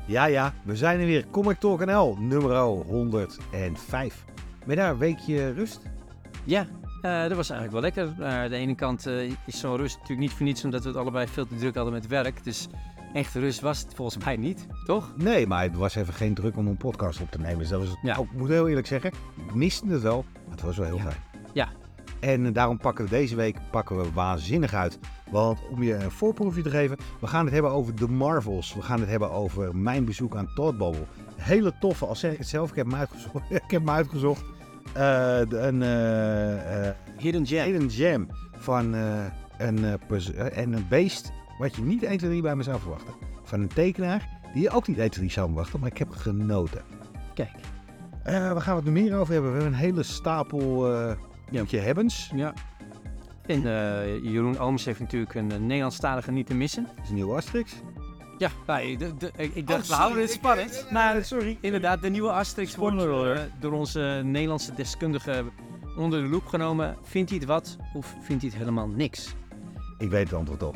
Ja, we zijn er weer. Comic Talk NL, nummer 105. Ben je daar een weekje rust? Ja, dat was eigenlijk wel lekker. Aan de ene kant is zo'n rust natuurlijk niet voor niets, omdat we het allebei veel te druk hadden met werk. Dus echt rust was het volgens mij niet, toch? Nee, maar het was even geen druk om een podcast op te nemen. Dus dat was, ik moet heel eerlijk zeggen, ik miste het wel, maar het was wel heel fijn. Ja. En daarom pakken we deze week waanzinnig uit. Want om je een voorproefje te geven, we gaan het hebben over de Marvels. We gaan het hebben over mijn bezoek aan Thought Bubble. Hele toffe, al zeg ik het zelf, ik heb hem uitgezocht. Een Hidden Gem van een beest wat je niet 1, 2, 3 bij me zou verwachten. Van een tekenaar die je ook niet 1, 2, 3 zou verwachten, maar ik heb genoten. Kijk. Waar gaan we het nu meer over hebben? We hebben een hele stapel hebbens. Ja. En Jeroen Ooms heeft natuurlijk een Nederlandstalige niet te missen. Dat is een nieuwe Asterix. Ja, ik dacht, we houden het spannend. Sorry. Inderdaad, de nieuwe Asterix wordt door onze Nederlandse deskundige onder de loep genomen. Vindt hij het wat of vindt hij het helemaal niks? Ik weet het antwoord op.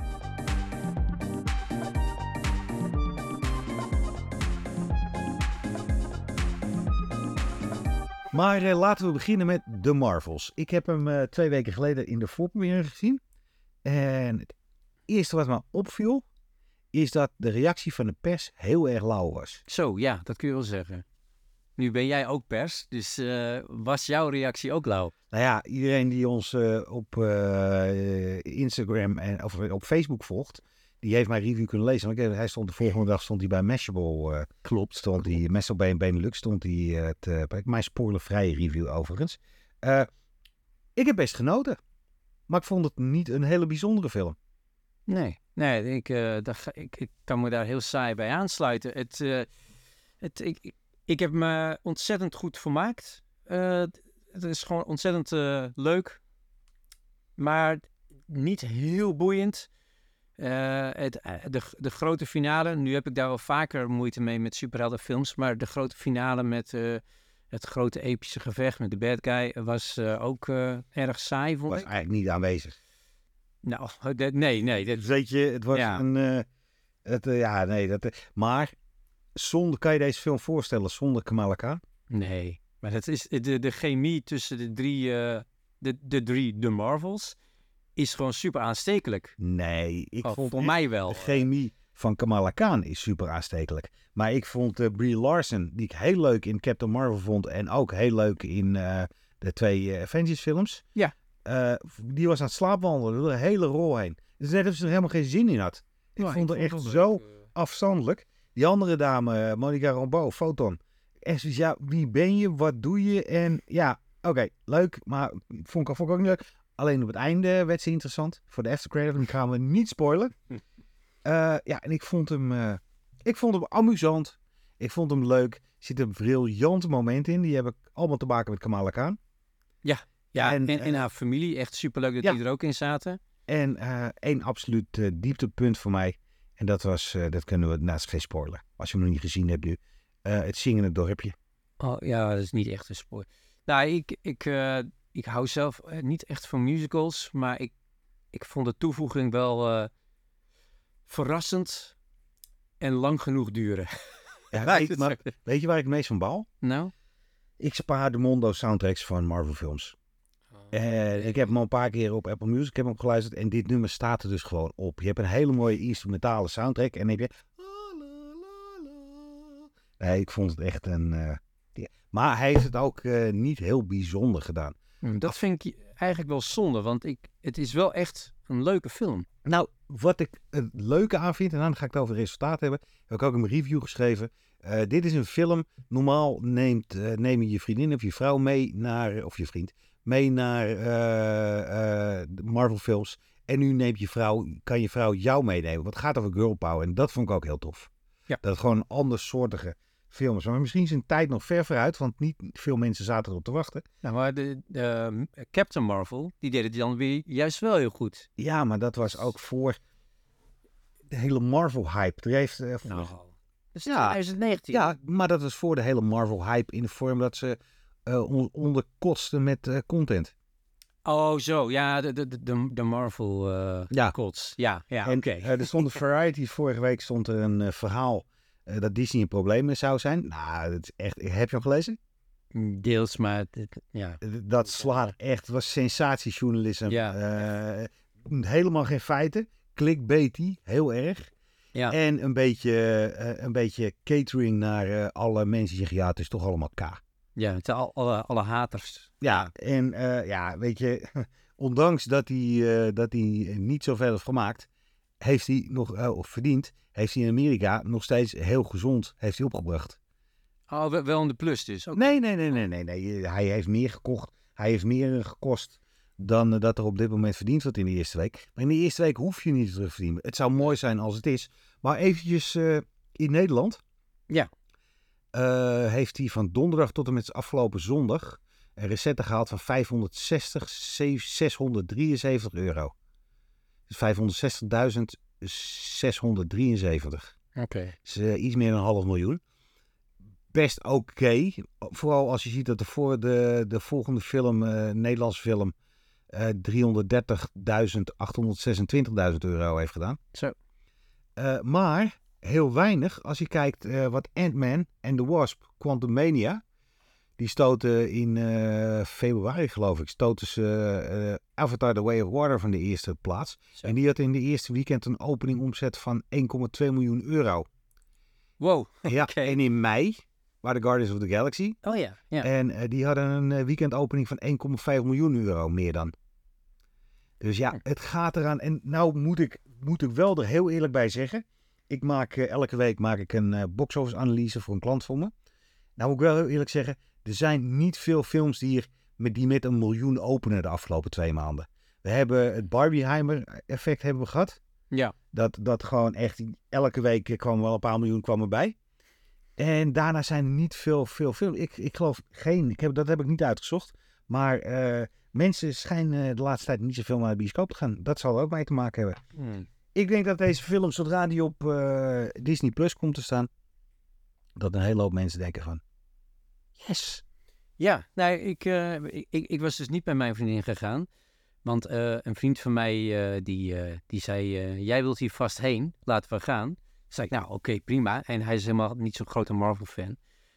Maar laten we beginnen met The Marvels. Ik heb hem 2 weken geleden in de voorpremière gezien. En het eerste wat me opviel, is dat de reactie van de pers heel erg lauw was. Zo, ja, dat kun je wel zeggen. Nu ben jij ook pers, dus was jouw reactie ook lauw? Nou ja, iedereen die ons op Instagram of op Facebook volgt, die heeft mijn review kunnen lezen. Want hij stond de volgende dag bij Mashable. Klopt. Stond die Mashable Benelux stond hij mijn spoilervrije review overigens. Ik heb best genoten, maar ik vond het niet een hele bijzondere film. Nee, ik kan me daar heel saai bij aansluiten. Ik heb me ontzettend goed vermaakt. Het is gewoon ontzettend leuk, maar niet heel boeiend. De grote finale, nu heb ik daar wel vaker moeite mee met superheldenfilms, maar de grote finale met het grote epische gevecht met de bad guy was ook erg saai, vond ik. Was eigenlijk niet aanwezig. Nou, nee. Weet je, het was maar zonder, kan je deze film voorstellen zonder Kamala Khan? Nee, maar dat is de chemie tussen de drie Marvels is gewoon super aanstekelijk. Nee, ik vond voor mij wel. De chemie van Kamala Khan is super aanstekelijk. Maar ik vond Brie Larson, die ik heel leuk in Captain Marvel vond en ook heel leuk in de 2 Avengers films. Ja. Die was aan het slaapwandelen door de hele rol heen. Dus net of ze er helemaal geen zin in had. Ik vond het echt zo afstandelijk. Die andere dame, Monica Rambeau, Photon. En ze zei, ja, wie ben je? Wat doe je? En ja, oké, leuk. Maar vond ik ook niet leuk. Alleen op het einde werd ze interessant. Voor de aftercredit, dan gaan we niet spoilen. En ik vond hem amusant. Ik vond hem leuk. Er zitten briljante momenten in. Die hebben allemaal te maken met Kamala Khan. Ja, en haar familie. Echt superleuk dat die er ook in zaten. En één absoluut dieptepunt voor mij. En dat was, dat kunnen we naast geen spoilen. Als je hem nog niet gezien hebt nu. Het zingende dorpje. Oh ja, dat is niet echt een spoiler. Nou, ik hou zelf niet echt van musicals. Maar ik vond de toevoeging wel verrassend en lang genoeg duren. Ja, weet je waar ik het meest van baal? Nou? Ik spaar de Mondo soundtracks van Marvel films. Ik heb hem al een paar keer op Apple Music heb hem geluisterd. En dit nummer staat er dus gewoon op. Je hebt een hele mooie instrumentale soundtrack. En dan heb je... Nee, ik vond het echt een... Maar hij heeft het ook niet heel bijzonder gedaan. Dat vind ik eigenlijk wel zonde. Want het is wel echt een leuke film. Nou, wat ik het leuke aan vind... En dan ga ik het over het resultaat hebben. Heb ik ook in mijn review geschreven. Dit is een film. Normaal neem je je vriendin of je vrouw mee naar... Of je vriend... mee naar de Marvel films. En nu kan je vrouw jou meenemen. Want het gaat over girl power. En dat vond ik ook heel tof. Ja. Dat het gewoon een andersoortige film is. Maar misschien is een tijd nog ver vooruit. Want niet veel mensen zaten erop te wachten. Nou, maar de Captain Marvel, die deed het dan weer juist wel heel goed. Ja, maar dat was ook voor de hele Marvel hype. Er heeft, dat is 2019. Ja, maar dat was voor de hele Marvel hype in de vorm dat ze... onderkotsten met content. Oh, zo. Ja, de Marvel kots. Ja, en oké. Er stond een Variety vorige week stond er een verhaal dat Disney een probleem zou zijn. Nou, dat is echt... Heb je hem gelezen? Deels, maar Dat slaat echt... Het was sensatiejournalisme. Ja. Helemaal geen feiten. Clickbaity, heel erg. Ja. En een beetje catering naar alle mensen die zeggen... Ja, het is toch allemaal K. Ja, het zijn alle haters. Ja, en weet je... Ondanks dat hij niet zoveel heeft gemaakt... heeft hij nog of verdiend... heeft hij in Amerika nog steeds heel gezond heeft hij opgebracht. Oh, wel in de plus dus? Okay. Nee. Hij heeft meer gekocht. Hij heeft meer gekost dan dat er op dit moment verdiend wordt in de eerste week. Maar in de eerste week hoef je niet te terugverdienen. Het zou mooi zijn als het is. Maar eventjes in Nederland. Ja. Heeft hij van donderdag tot en met afgelopen zondag... een recette gehaald van 673 euro. Dus 560.673. Oké. Dus iets meer dan 500.000. Best oké. Vooral als je ziet dat de volgende film, Nederlandse film... 330.826 euro heeft gedaan. Zo. Maar heel weinig als je kijkt wat Ant-Man and the Wasp, Quantumania... Die stoten in februari, geloof ik, stoten ze Avatar The Way of Water van de eerste plaats. Zo. En die had in de eerste weekend een opening omzet van 1,2 miljoen euro. Wow, ja, okay. En in mei waren de Guardians of the Galaxy. Oh ja. Ja. En die hadden een weekendopening van 1,5 miljoen euro meer dan. Dus ja, het gaat eraan. En nou moet ik wel er heel eerlijk bij zeggen. Ik maak elke week een box-office analyse voor een klant van me. Nou moet ik wel heel eerlijk zeggen. Er zijn niet veel films die met 1 miljoen openen de afgelopen 2 maanden. We hebben het Barbieheimer-effect hebben we gehad. Ja. Dat gewoon echt elke week kwam wel een paar miljoen kwam erbij. En daarna zijn er niet veel films. Ik geloof geen, dat heb ik niet uitgezocht. Maar mensen schijnen de laatste tijd niet zoveel naar de bioscoop te gaan. Dat zal er ook mee te maken hebben. Ik denk dat deze film, zodra die op Disney Plus komt te staan... dat een hele hoop mensen denken van... Yes. Ja, nou, ik was dus niet bij mijn vriendin gegaan. Want een vriend van mij die zei... jij wilt hier vast heen, laten we gaan. Toen zei ik, nou oké, prima. En hij is helemaal niet zo'n grote Marvel-fan.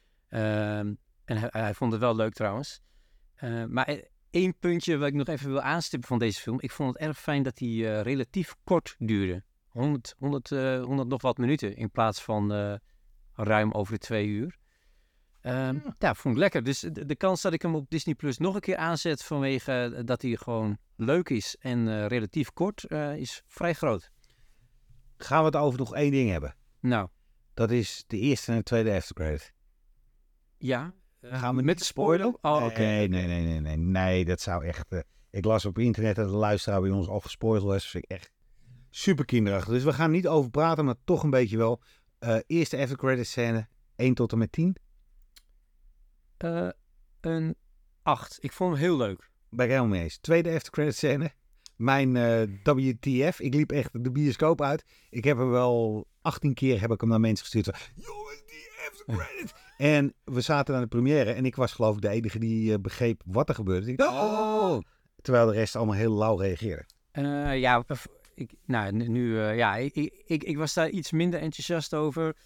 En hij vond het wel leuk trouwens. Maar 1 puntje wat ik nog even wil aanstippen van deze film. Ik vond het erg fijn dat hij relatief kort duurde. 100 nog wat minuten in plaats van ruim over de 2 uur. Ja, vond ik lekker. Dus de kans dat ik hem op Disney Plus nog een keer aanzet vanwege dat hij gewoon leuk is en relatief kort, is vrij groot. Gaan we het over nog 1 ding hebben? Nou. Dat is de eerste en de tweede aftercredit. Ja. Gaan we met de spoiler? Oh, oké. Nee, dat zou echt... ik las op internet dat de luisteraar bij ons al gespoild was. Dat vind ik echt super kinderachtig. Dus we gaan niet over praten, maar toch een beetje wel. Eerste aftercredit scène, 1 tot en met 10. Een 8. Ik vond hem heel leuk. Ben ik helemaal mee eens. Tweede aftercredit scène. Mijn WTF. Ik liep echt de bioscoop uit. Ik heb hem wel 18 keer heb ik hem naar mensen gestuurd. Jongens, die aftercredit. En we zaten aan de première. En ik was geloof ik de enige die begreep wat er gebeurde. Ik dacht, terwijl de rest allemaal heel lauw reageerde. Ik was daar iets minder enthousiast over.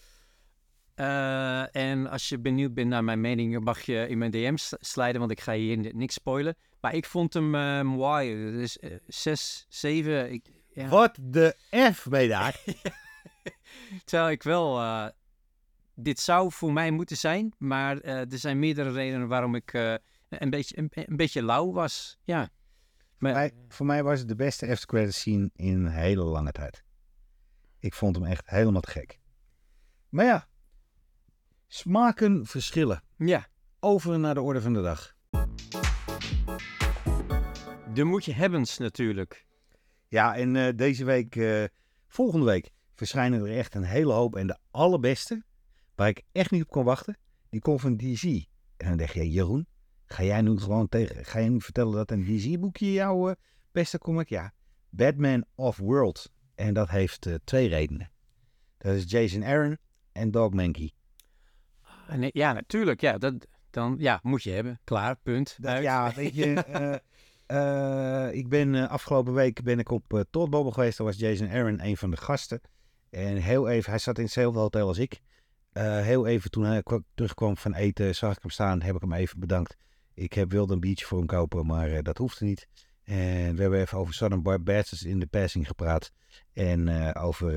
En als je benieuwd bent naar mijn mening, mag je in mijn DM's slijden, want ik ga hier niks spoilen. Maar ik vond hem mooi. Dus 6, 7. Wat de F ben je daar? Terwijl ik wel... dit zou voor mij moeten zijn, maar er zijn meerdere redenen waarom ik een beetje lauw was. Ja. Maar, voor mij was het de beste aftercredit scene in een hele lange tijd. Ik vond hem echt helemaal te gek. Maar ja, smaken verschillen. Ja. Over naar de orde van de dag. De moet je hebbens natuurlijk. Ja, en deze week, volgende week, verschijnen er echt een hele hoop. En de allerbeste, waar ik echt niet op kon wachten, die komt van DC. En dan denk je, Jeroen, ga jij nu vertellen dat een DC-boekje jouw beste comic? Ja, Batman Off-World. En dat heeft 2 redenen. Dat is Jason Aaron en Doug Mankey. Nee, ja, natuurlijk. Ja, dan moet je hebben. Klaar, punt. Ja, weet je... afgelopen week ben ik op Thought Bubble geweest. Daar was Jason Aaron een van de gasten. En heel even, hij zat in hetzelfde hotel als ik. Heel even toen hij terugkwam van eten, zag ik hem staan, heb ik hem even bedankt. Ik wilde een biertje voor hem kopen, maar dat hoefde niet. En we hebben even over Southern Bastards in the Passing gepraat. En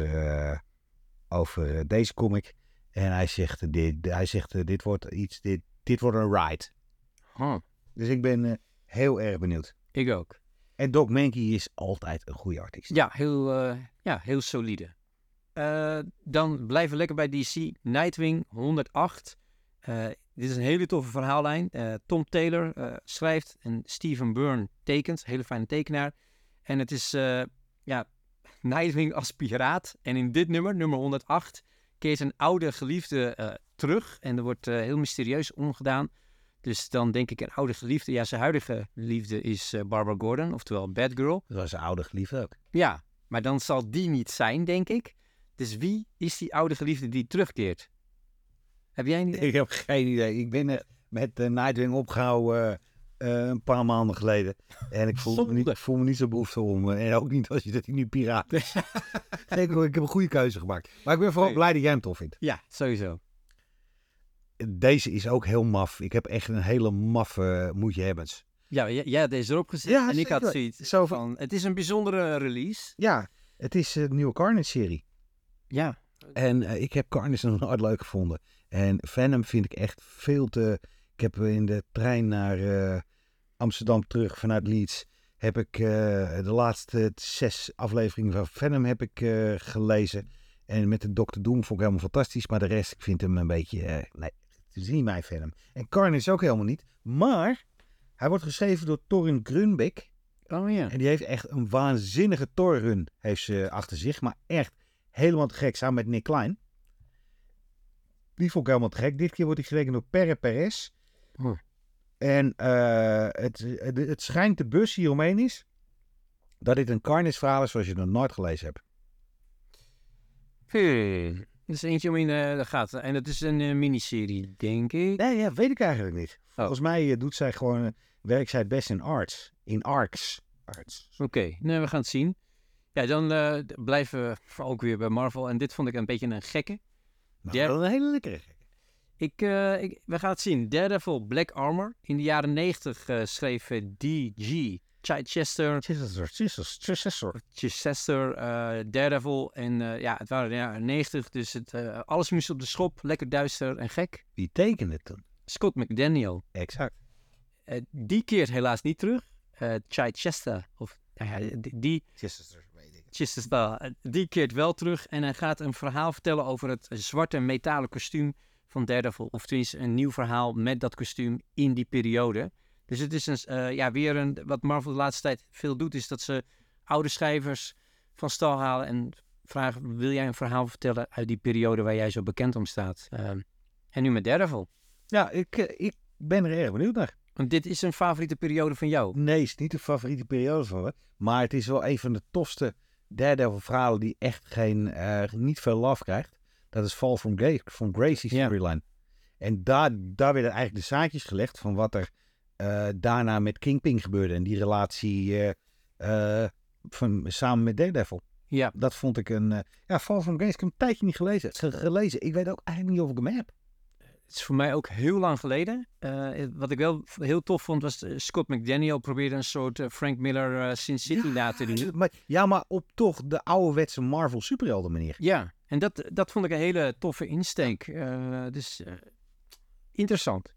over deze comic. En hij zegt, dit wordt iets, dit wordt een ride. Huh. Dus ik ben heel erg benieuwd. Ik ook. En Doc Mankey is altijd een goede artiest. Ja, heel solide. Dan blijven we lekker bij DC. Nightwing 108. Dit is een hele toffe verhaallijn. Tom Taylor schrijft en Steven Byrne tekent. Hele fijne tekenaar. En het is Nightwing als piraat. En in dit nummer 108, keert een oude geliefde terug. En er wordt heel mysterieus omgedaan. Dus dan denk ik een oude geliefde. Ja, zijn huidige liefde is Barbara Gordon, oftewel Batgirl. Dat was zijn oude geliefde ook. Ja, maar dan zal die niet zijn, denk ik. Dus wie is die oude geliefde die terugkeert? Heb jij een idee? Ik heb geen idee. Ik ben met Nightwing opgehouden een paar maanden geleden. En ik voel me niet zo behoefte om. En ook niet als je dat nu piraat is. Ik heb een goede keuze gemaakt. Maar ik ben vooral blij dat jij hem tof vindt. Ja, sowieso. Deze is ook heel maf. Ik heb echt een hele maffe Moetje Hebbens. Ja, jij had deze erop gezet en ik had zoiets van... Het is een bijzondere release. Ja, het is een nieuwe Carnage-serie. Ja. En ik heb Carnage nog nooit leuk gevonden. En Venom vind ik echt veel te... Ik heb in de trein naar Amsterdam terug vanuit Leeds... heb ik de laatste 6 afleveringen van Venom heb ik gelezen. En met de Dr. Doom vond ik helemaal fantastisch. Maar de rest, ik vind hem een beetje... nee, het is niet mijn Venom. En Carnage ook helemaal niet. Maar hij wordt geschreven door Torun Grunbeck. Oh ja. En die heeft echt een waanzinnige Thor-run achter zich. Maar echt helemaal te gek, samen met Nick Klein. Die vond ik helemaal te gek. Dit keer wordt hij gerekend door Pere Perez. En het schijnt de bus hieromheen is dat dit een Carnage verhaal is zoals je nog nooit gelezen hebt. Dat is eentje om in de gaten. En dat is een miniserie, denk ik. Nee, ja, weet ik eigenlijk niet. Volgens mij doet zij gewoon, werkt zij het best in arts. In arcs. Oké, we gaan het zien. Ja, dan blijven we ook weer bij Marvel. En dit vond ik een beetje een gekke. Maar wel een hele lekkere gekke. We gaan het zien. Daredevil Black Armor. In de jaren 90 schreef D.G. Chichester, Daredevil. En het waren de jaren 90, dus alles moest op de schop. Lekker duister en gek. Wie tekende het toen? Scott McDaniel. Exact. Die keert helaas niet terug. Chichester, die keert wel terug. En hij gaat een verhaal vertellen over het zwarte metalen kostuum van Daredevil. Of tenminste een nieuw verhaal met dat kostuum in die periode. Dus het is wat Marvel de laatste tijd veel doet, is dat ze oude schrijvers van stal halen en vragen, wil jij een verhaal vertellen uit die periode waar jij zo bekend om staat? En nu met Daredevil. Ja, ik ben er erg benieuwd naar. Want dit is een favoriete periode van jou? Nee, het is niet de favoriete periode van me. Maar het is wel een van de tofste Daredevil verhalen die echt niet veel love krijgt. Dat is Fall from Gracie's storyline. En daar werden eigenlijk de zaadjes gelegd van wat er daarna met Kingpin gebeurde. En die relatie samen met Daredevil. Ja. Dat vond ik Fall from Grace. Ik heb hem een tijdje niet gelezen. Ik weet ook eigenlijk niet of ik hem heb. Het is voor mij ook heel lang geleden. Wat ik wel heel tof vond was Scott McDaniel probeerde een soort Frank Miller Sin City na te doen. Maar op toch de ouderwetse Marvel superhelden manier. Ja, en dat vond ik een hele toffe insteek. Dus interessant.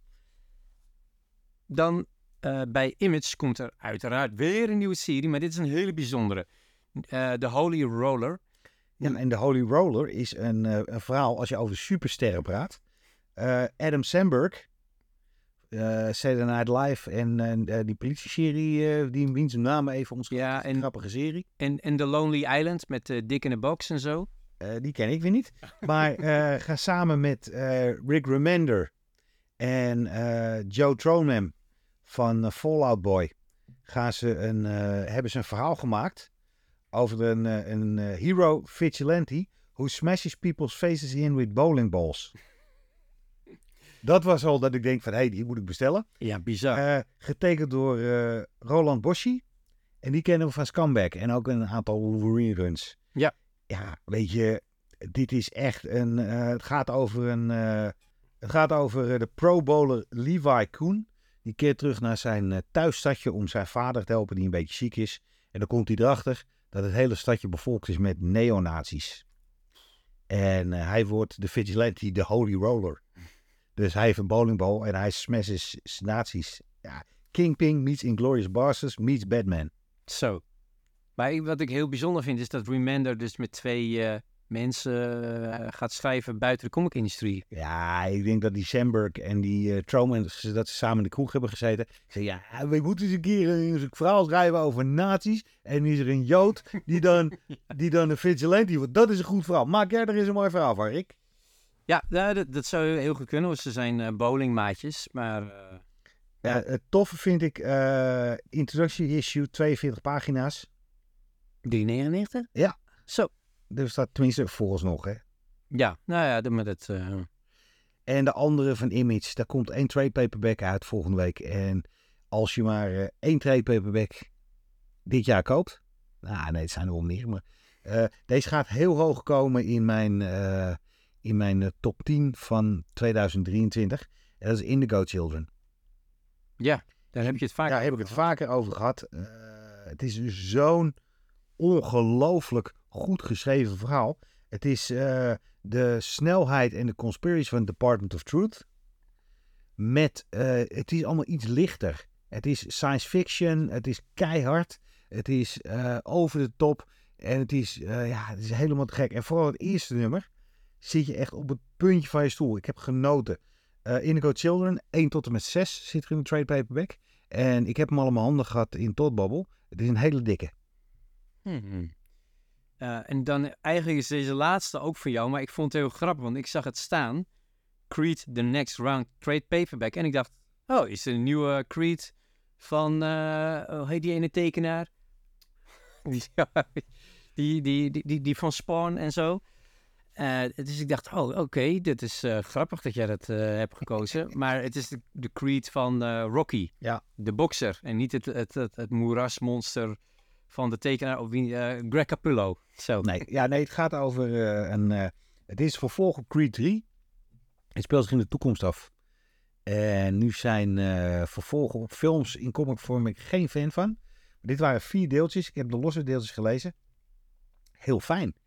Dan bij Image komt er uiteraard weer een nieuwe serie, maar dit is een hele bijzondere. The Holy Roller. Ja, en The Holy Roller is een verhaal als je over supersterren praat. Adam Sandberg, Saturday Night Live en die politie-serie, die wiens naam even ons een grappige serie. En The Lonely Island met Dick in a Box en zo. Die ken ik weer niet. Maar ga samen met Rick Remender en Joe Tronam van Fallout Boy hebben ze een verhaal gemaakt over een hero vigilante who smashes people's faces in with bowling balls. Dat was al dat ik denk van, die moet ik bestellen. Ja, bizar. Getekend door Roland Boschi. En die kennen we van Scumbag. En ook een aantal Wolverine runs. Ja. Ja, weet je, dit is echt een... het gaat over de pro bowler Levi Koen. Die keert terug naar zijn thuisstadje om zijn vader te helpen die een beetje ziek is. En dan komt hij erachter dat het hele stadje bevolkt is met neonazis. En hij wordt de vigilante, de holy roller. Dus hij heeft een bowlingbal en hij smashes nazi's. Ja, Kingpin meets Inglourious Basterds meets Batman. Zo. Maar wat ik heel bijzonder vind is dat Remender dus met 2 mensen gaat schrijven buiten de comic-industrie. Ja, ik denk dat die Sandberg en die Truman, dat ze samen in de kroeg hebben gezeten. Ik zei, ja, we moeten eens een keer een verhaal schrijven over nazi's. En nu is er een Jood die dan een vigilante wordt. Dat is een goed verhaal. Maak jij er eens een mooi verhaal van, Rick? Ja, dat zou heel goed kunnen, want ze zijn bowlingmaatjes, maar... Ja, het toffe vind ik introductie issue, 42 pagina's. 3,99? Ja. Zo. Dus dat tenminste vooralsnog, hè. Ja, nou ja, maar dat... En de andere van Image, daar komt 1 trade paperback uit volgende week. En als je maar 1 trade paperback dit jaar koopt... Nou, nee, het zijn er wel meer, maar... deze gaat heel hoog komen in mijn top 10 van 2023. En dat is Indigo Children. Ja, daar heb je het vaker Daar heb ik het vaker over gehad. Het is zo'n ongelooflijk goed geschreven verhaal. Het is de snelheid en de conspiracy van het Department of Truth. Het is allemaal iets lichter. Het is science fiction. Het is keihard. Het is over de top. En het is helemaal te gek. En vooral het eerste nummer zit je echt op het puntje van je stoel. Ik heb genoten. Indigo Children, 1 tot en met 6 zit er in de trade paperback. En ik heb hem al in mijn handen gehad in Thought Bubble. Het is een hele dikke. En dan eigenlijk is deze laatste ook voor jou, maar ik vond het heel grappig, want ik zag het staan. Creed The Next Round Trade Paperback. En ik dacht, oh, is er een nieuwe Creed van, hoe heet die ene tekenaar? die van Spawn en zo. Dus ik dacht, oh, oké, dit is grappig dat jij dat hebt gekozen. Maar het is de Creed van Rocky, Ja. de bokser. En niet het moerasmonster van de tekenaar of Greg Capullo. Zo. Nee, het gaat over het is vervolg op Creed 3. Het speelt zich in de toekomst af. En nu zijn vervolgen op films in comicvorm ik geen fan van. Maar dit waren 4 deeltjes. Ik heb de losse deeltjes gelezen. Heel fijn.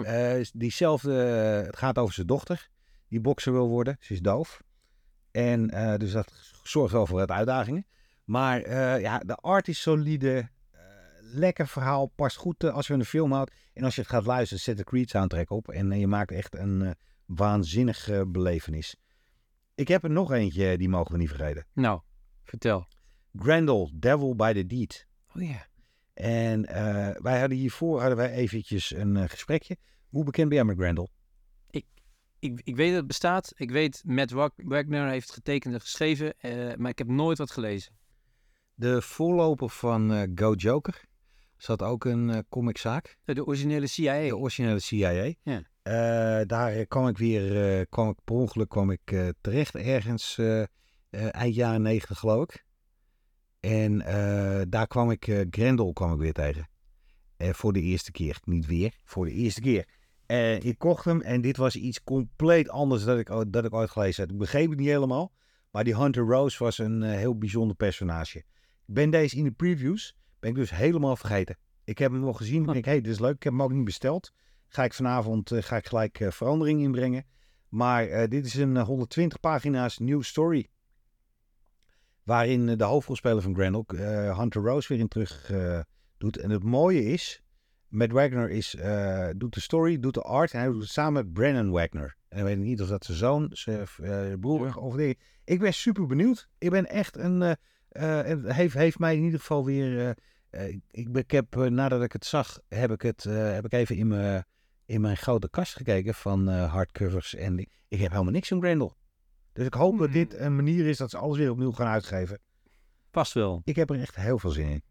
Het gaat over zijn dochter. Die bokser wil worden. Ze is doof. En dus dat zorgt wel voor wat uitdagingen. Maar de art is solide. Lekker verhaal. Past goed als je van de film houdt. En als je het gaat luisteren, zet de Creed soundtrack op. En je maakt echt een waanzinnige belevenis. Ik heb er nog eentje, die mogen we niet vergeten. Nou, vertel. Grendel, Devil by the Deed. Oh ja. En wij hadden hiervoor eventjes een gesprekje. Hoe bekend ben jij met Grendel? Ik weet dat het bestaat. Ik weet, Matt Wagner heeft getekend en geschreven. Maar ik heb nooit wat gelezen. De voorloper van Go Joker. Zat ook een comiczaak. De originele CIA. De originele CIA. Ja. Daar kwam ik per ongeluk terecht ergens eind jaren 90 geloof ik. En daar kwam ik Grendel weer tegen. Voor de eerste keer. Niet weer, voor de eerste keer. Ik kocht hem en dit was iets compleet anders dat ik ooit gelezen had. Ik begreep het niet helemaal. Maar die Hunter Rose was een heel bijzonder personage. Ik ben deze in de previews, ben ik dus helemaal vergeten. Ik heb hem nog gezien. Ik denk, dit is leuk. Ik heb hem ook niet besteld. Ga ik vanavond gelijk verandering inbrengen. Maar dit is een 120 pagina's new story. Waarin de hoofdrolspeler van Grendel, Hunter Rose, weer in terug doet. En het mooie is, Matt Wagner doet de story, doet de art. En hij doet het samen met Brennan Wagner. En ik weet niet of dat zijn zoon, zijn broer of dingen. Ik ben super benieuwd. Ik ben echt het heeft mij in ieder geval weer... Ik heb, nadat ik het zag, heb ik even in mijn grote kast gekeken van hardcovers. En ik heb helemaal niks van Grendel. Dus ik hoop dat dit een manier is dat ze alles weer opnieuw gaan uitgeven. Past wel. Ik heb er echt heel veel zin in.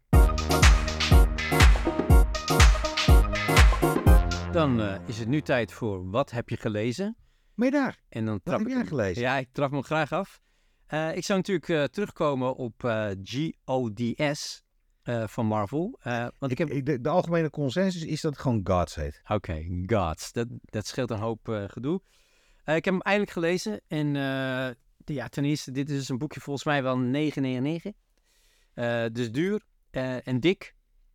Dan is het nu tijd voor Wat heb je gelezen? Ben je daar? En dan Wat heb jij gelezen? Ja, ik trap me graag af. Ik zou natuurlijk terugkomen op GODS. van Marvel. Want ik heb... De algemene consensus is dat het gewoon Gods heet. Oké, Gods. Dat scheelt een hoop gedoe. Ik heb hem eindelijk gelezen. En ten eerste, dit is dus een boekje volgens mij wel 9,99. Dus duur en dik.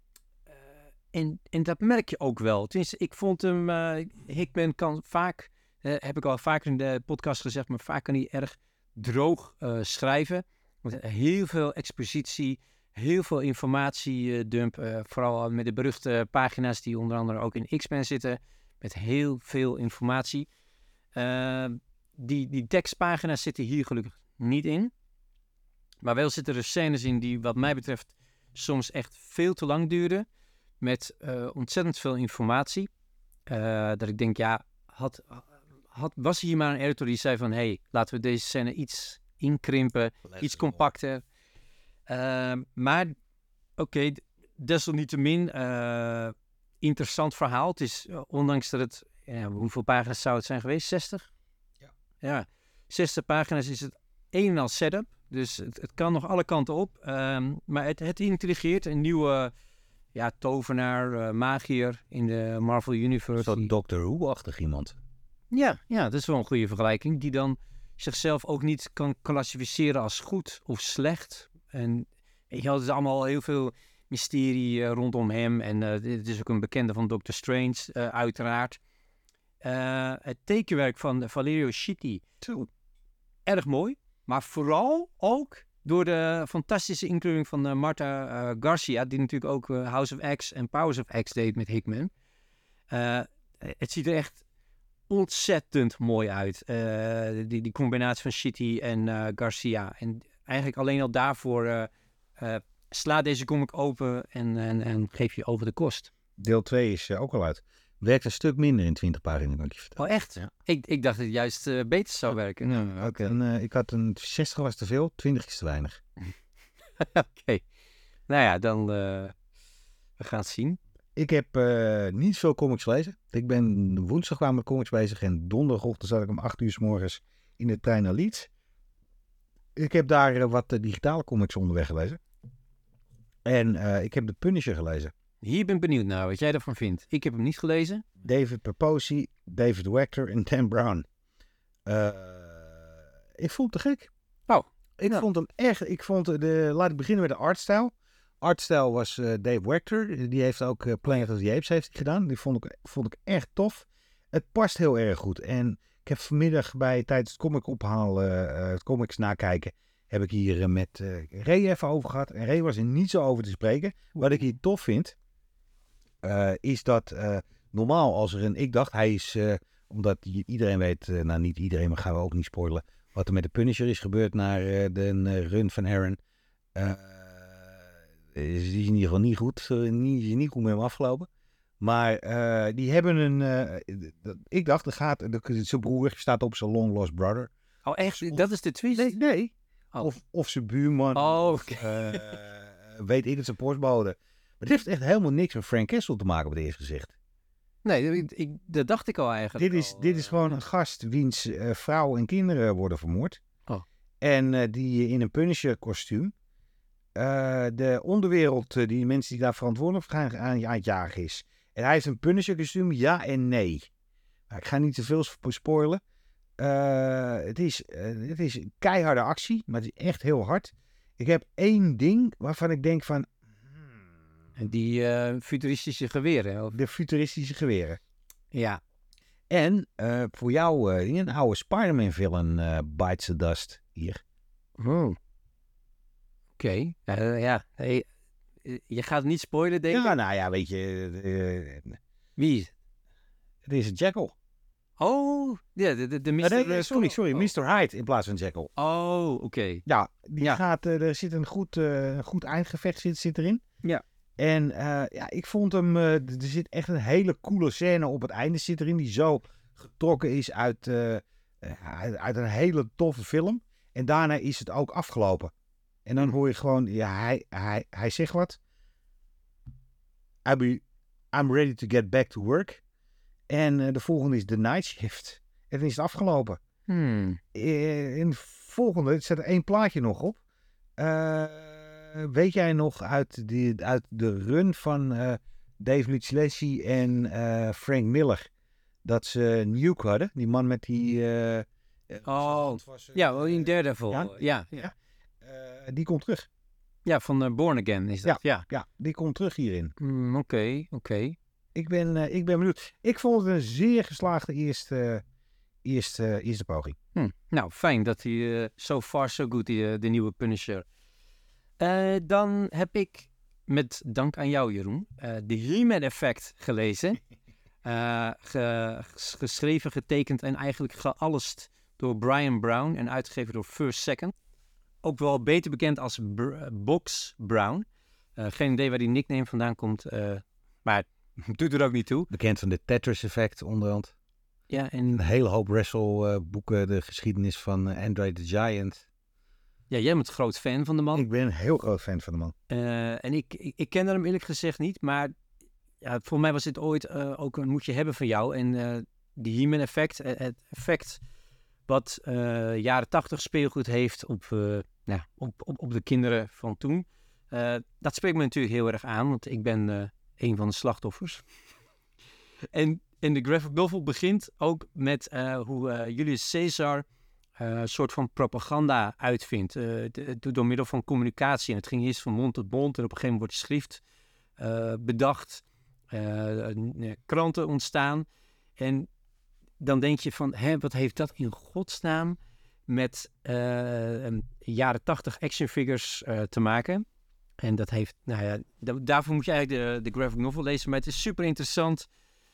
En dat merk je ook wel. Tenminste, ik vond hem... Hickman kan vaak... heb ik al vaker in de podcast gezegd, maar vaak kan hij erg droog schrijven. Met heel veel expositie, heel veel informatiedump. Vooral met de beruchte pagina's die onder andere ook in X-Men zitten. Met heel veel informatie. Die tekstpagina's zitten hier gelukkig niet in. Maar wel zitten er scènes in die wat mij betreft soms echt veel te lang duren. Met ontzettend veel informatie. Dat ik denk, was hier maar een editor die zei van... hey, laten we deze scène iets inkrimpen, iets compacter. Maar oké, desalniettemin interessant verhaal. Het is, ondanks dat het... hoeveel pagina's zou het zijn geweest? 60? Ja, 60 pagina's is het een en al setup. Dus het kan nog alle kanten op. Maar het intrigeert. Een nieuwe tovenaar, magier in de Marvel Universe. Zo'n Doctor Who-achtig iemand. Ja, dat is wel een goede vergelijking. Die dan zichzelf ook niet kan klassificeren als goed of slecht. En je had dus allemaal heel veel mysterie rondom hem. En het is ook een bekende van Doctor Strange, uiteraard. Het tekenwerk van Valerio Schiti, erg mooi. Maar vooral ook door de fantastische inkleuring van Marta Garcia, die natuurlijk ook House of X en Powers of X deed met Hickman. Het ziet er echt ontzettend mooi uit. Die combinatie van Schiti en Garcia. En eigenlijk alleen al daarvoor sla deze comic open en geef je over de kost. Deel 2 is ook al uit. Werkt een stuk minder in 20 pagina's, kan ik je vertellen. Oh, echt? Ja. Ik dacht dat het juist beter zou werken. Ja, ik had een 60 was te veel, 20 is te weinig. Oké. Nou ja, dan we gaan het zien. Ik heb niet veel comics gelezen. Ik ben woensdag met comics bezig en donderdagochtend zat ik om 8 uur 's morgens in de trein naar Leeds. Ik heb daar wat digitale comics onderweg gelezen. En ik heb de Punisher gelezen. Hier ben ik benieuwd naar wat jij ervan vindt. Ik heb hem niet gelezen. David Peposi, David Wachter en Dan Brown. Ik vond het te gek. Oh. Ik vond hem echt... laat ik beginnen met de artstijl. Artstijl was Dave Wachter. Die heeft ook Planet of the Apes heeft hij gedaan. Die vond ik echt tof. Het past heel erg goed. En ik heb vanmiddag tijdens het comic ophalen, het comics nakijken, heb ik hier met Ray even over gehad. En Ray was er niet zo over te spreken. Wat ik hier tof vind, is dat normaal als er ik dacht, hij is, omdat iedereen weet, niet iedereen, maar gaan we ook niet spoilen, wat er met de Punisher is gebeurd naar de run van Aaron. Is in ieder geval niet goed. Niet goed met hem afgelopen. Maar die hebben ik dacht, zijn broer staat op zijn long lost brother. Oh echt? Dat is de twist? Nee. Oh. Of zijn buurman. Oh, okay. Weet ik het, zijn postbode. Maar dit heeft echt helemaal niks met Frank Castle te maken, op het eerste gezicht. Nee, dat dacht ik al eigenlijk. Dit is gewoon een gast wiens vrouw en kinderen worden vermoord. Oh. En die in een Punisher kostuum de onderwereld, die mensen die daar verantwoordelijk voor aan het jagen is. En hij heeft een Punisher kostuum, ja en nee. Maar ik ga niet te veel spoilen. Het is keiharde actie, maar het is echt heel hard. Ik heb één ding waarvan ik denk van... Die futuristische geweren? Of? De futuristische geweren. Ja. En voor jou, een oude Spider-Man villain bites the dust hier. Oké. Ja. Hey, je gaat het niet spoilen, denk ik? Ja, nou ja, weet je... Wie? Het is Jekyll. Oh, ja, de Mr. Sorry, Mr. Hyde in plaats van Jekyll. Oh, oké. Ja, er zit een goed eindgevecht zit erin. Ja. En ik vond hem... er zit echt een hele coole scène op het einde zit erin, die zo getrokken is uit een hele toffe film. En daarna is het ook afgelopen. En dan hoor je gewoon... Ja, hij zegt wat. I'm ready to get back to work. En de volgende is The Night Shift. En dan is het afgelopen. In de volgende, er zit er 1 plaatje nog op. weet jij nog uit de run van Dave Luchesi en Frank Miller dat ze Nuke hadden? Die man met die... in Daredevil. Ja. Die komt terug. Ja, van Born Again is dat. Ja, die komt terug hierin. Oké. Ik ben benieuwd. Ik vond het een zeer geslaagde eerste poging. Nou, fijn dat hij so far so good, de nieuwe Punisher. Dan heb ik, met dank aan jou Jeroen, de He-Man Effect gelezen. Geschreven, getekend en eigenlijk geallest door Brian Brown en uitgegeven door First Second. Ook wel beter bekend als Box Brown. Geen idee waar die nickname vandaan komt, maar doet er ook niet toe. Bekend van de Tetris Effect onderhand. Ja, en een hele hoop wrestleboeken, de geschiedenis van Andre the Giant. Ja, jij bent een groot fan van de man. Ik ben een heel groot fan van de man. En ik kende hem eerlijk gezegd niet, maar ja, voor mij was dit ooit ook een moetje hebben van jou. En die He-Man effect, het effect wat jaren 80 speelgoed heeft op de kinderen van toen. Dat spreekt me natuurlijk heel erg aan, want ik ben een van de slachtoffers. En de graphic novel begint ook met hoe Julius Caesar een soort van propaganda uitvindt. Door middel van communicatie. En het ging eerst van mond tot mond. En op een gegeven moment wordt schrift bedacht. Kranten ontstaan. En dan denk je van, wat heeft dat in godsnaam met jaren 80 action figures te maken? En dat heeft, daarvoor moet je eigenlijk de graphic novel lezen. Maar het is super interessant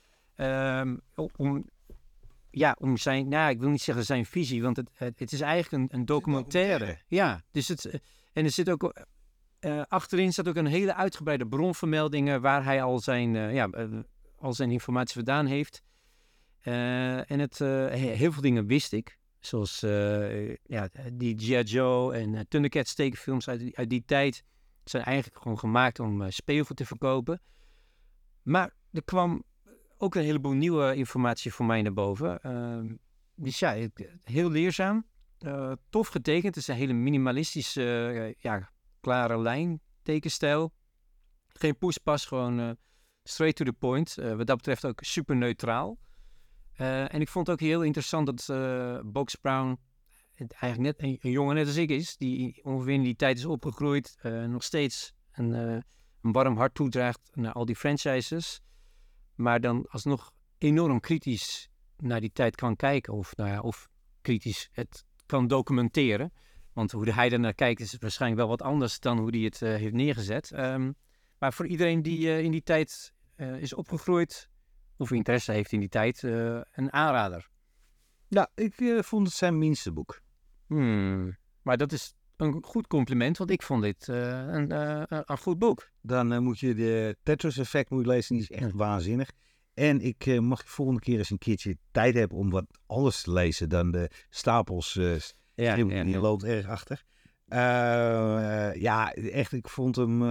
om zijn, ik wil niet zeggen zijn visie, want het is eigenlijk een documentaire. Ja, dus en er zit ook, achterin staat ook een hele uitgebreide bronvermeldingen waar hij al zijn informatie vandaan heeft. En heel veel dingen wist ik, zoals die G.I. Joe en Thundercats tekenfilms uit die tijd zijn eigenlijk gewoon gemaakt om speelgoed te verkopen. Maar er kwam ook een heleboel nieuwe informatie voor mij naar boven. Dus ja, heel leerzaam. Tof getekend. Het is een hele minimalistische, klare lijn tekenstijl. Geen poespas, gewoon straight to the point. Wat dat betreft ook super neutraal. En ik vond het ook heel interessant dat Box Brown eigenlijk net een jongen net als ik is, die ongeveer in die tijd is opgegroeid, nog steeds een warm hart toedraagt naar al die franchises. Maar dan alsnog enorm kritisch naar die tijd kan kijken. Of kritisch het kan documenteren. Want hoe hij er naar kijkt is waarschijnlijk wel wat anders dan hoe hij het heeft neergezet. Maar voor iedereen die in die tijd is opgegroeid of interesse heeft in die tijd, een aanrader. Ja, ik vond het zijn minste boek. Maar dat is een goed compliment, want ik vond dit een goed boek. Dan moet je de Tetris Effect lezen, die is echt waanzinnig. En ik mag volgende keer eens een keertje tijd hebben om wat anders te lezen dan de stapels. Die loopt erg achter. Echt, ik vond hem...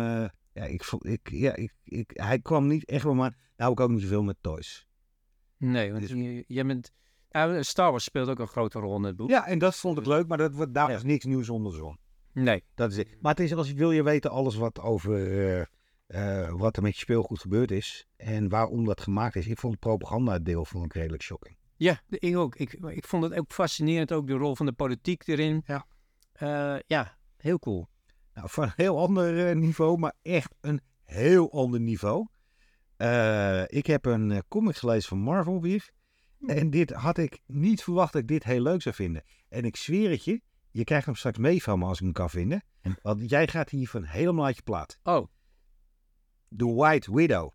hij kwam niet echt wel, maar nou hou ik ook niet zoveel met toys. Nee, want jij bent... Star Wars speelt ook een grote rol in het boek. Ja, en dat vond ik leuk, maar daar is niks nieuws onder de zon. Nee. Dat is het. Maar het is, wil je weten alles wat over wat er met je speelgoed gebeurd is en waarom dat gemaakt is. Ik vond het propaganda-deel redelijk shocking. Ja, ik ook. Ik vond het ook fascinerend, ook de rol van de politiek erin. Ja. Heel cool. Nou, van een heel ander niveau, maar echt een heel ander niveau. Ik heb een comic gelezen van Marvel weer. En dit had ik niet verwacht dat ik dit heel leuk zou vinden. En ik zweer het je, je krijgt hem straks mee van me als ik hem kan vinden. Want jij gaat hiervan helemaal uit je plaat. Oh. The White Widow.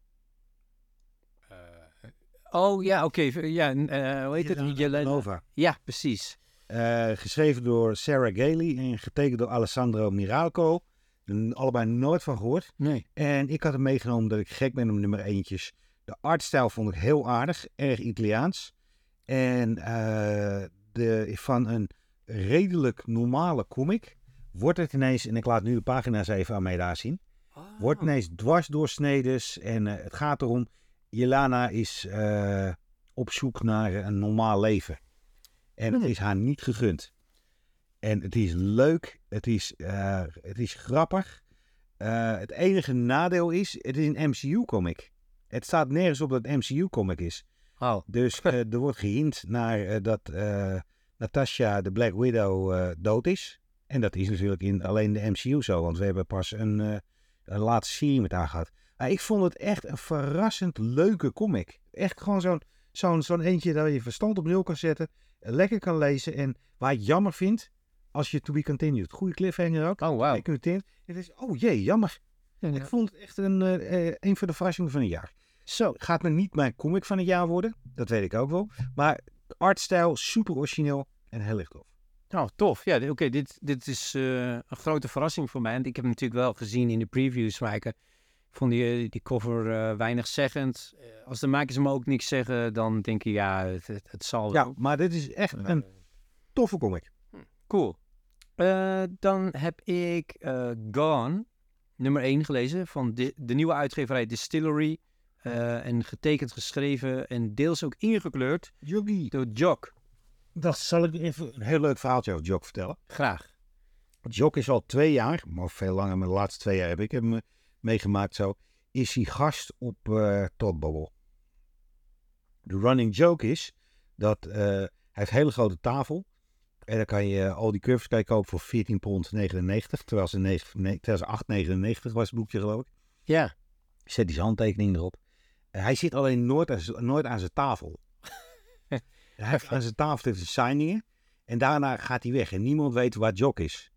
Oké. Ja, hoe heet het? Nova. Ja, precies. Geschreven door Sarah Gailey en getekend door Alessandro Miralco. Allebei nooit van gehoord. Nee. En ik had hem meegenomen dat ik gek ben om nummer eentjes. De artstijl vond ik heel aardig, erg Italiaans. En van een redelijk normale comic wordt het ineens, en ik laat nu de pagina's even aan mij daar zien, wordt ineens dwarsdoorsneden. En het gaat erom, Yelena is op zoek naar een normaal leven. En het is haar niet gegund. En het is leuk, het is grappig. Het enige nadeel is, het is een MCU-comic. Het staat nergens op dat het MCU-comic is. Oh. Dus er wordt gehint naar dat Natasha, de Black Widow, dood is. En dat is natuurlijk in alleen de MCU zo, want we hebben pas een laatste serie met haar gehad. Maar ik vond het echt een verrassend leuke comic. Echt gewoon zo'n eentje dat je verstand op nul kan zetten, lekker kan lezen. En waar ik jammer vind, als je To Be Continued. Goede cliffhanger ook. Oh, wow. Het is, oh jee, jammer. Ja. Ik vond het echt een van de verrassingen van het jaar. Zo, gaat me niet mijn comic van het jaar worden. Dat weet ik ook wel. Maar artstijl, super origineel en heel erg tof. Oh, tof. Ja, oké, dit is een grote verrassing voor mij. En ik heb hem natuurlijk wel gezien in de previews, maar ik vond die cover weinig zeggend. Als de makers me ook niks zeggen, dan denk ik, ja, het zal wel. Ja, maar dit is echt een toffe comic. Cool. Dan heb ik Gone, nummer 1 gelezen van de nieuwe uitgeverij Distillery. En getekend, geschreven en deels ook ingekleurd door Jock. Dat zal ik even een heel leuk verhaaltje over Jock vertellen. Graag. Jock is al 2 jaar, maar veel langer, maar de laatste 2 jaar heb ik hem meegemaakt zo. Is hij gast op Thought Bubble. De running joke is dat hij heeft een hele grote tafel. En dan kan je al die curves kopen voor £14,99. Terwijl ze £8,99 was het boekje, geloof ik. Ja. Zet hij zijn handtekening erop. Hij zit alleen nooit aan zijn tafel. Hij heeft aan zijn tafel de signingen. En daarna gaat hij weg. En niemand weet waar Jock is.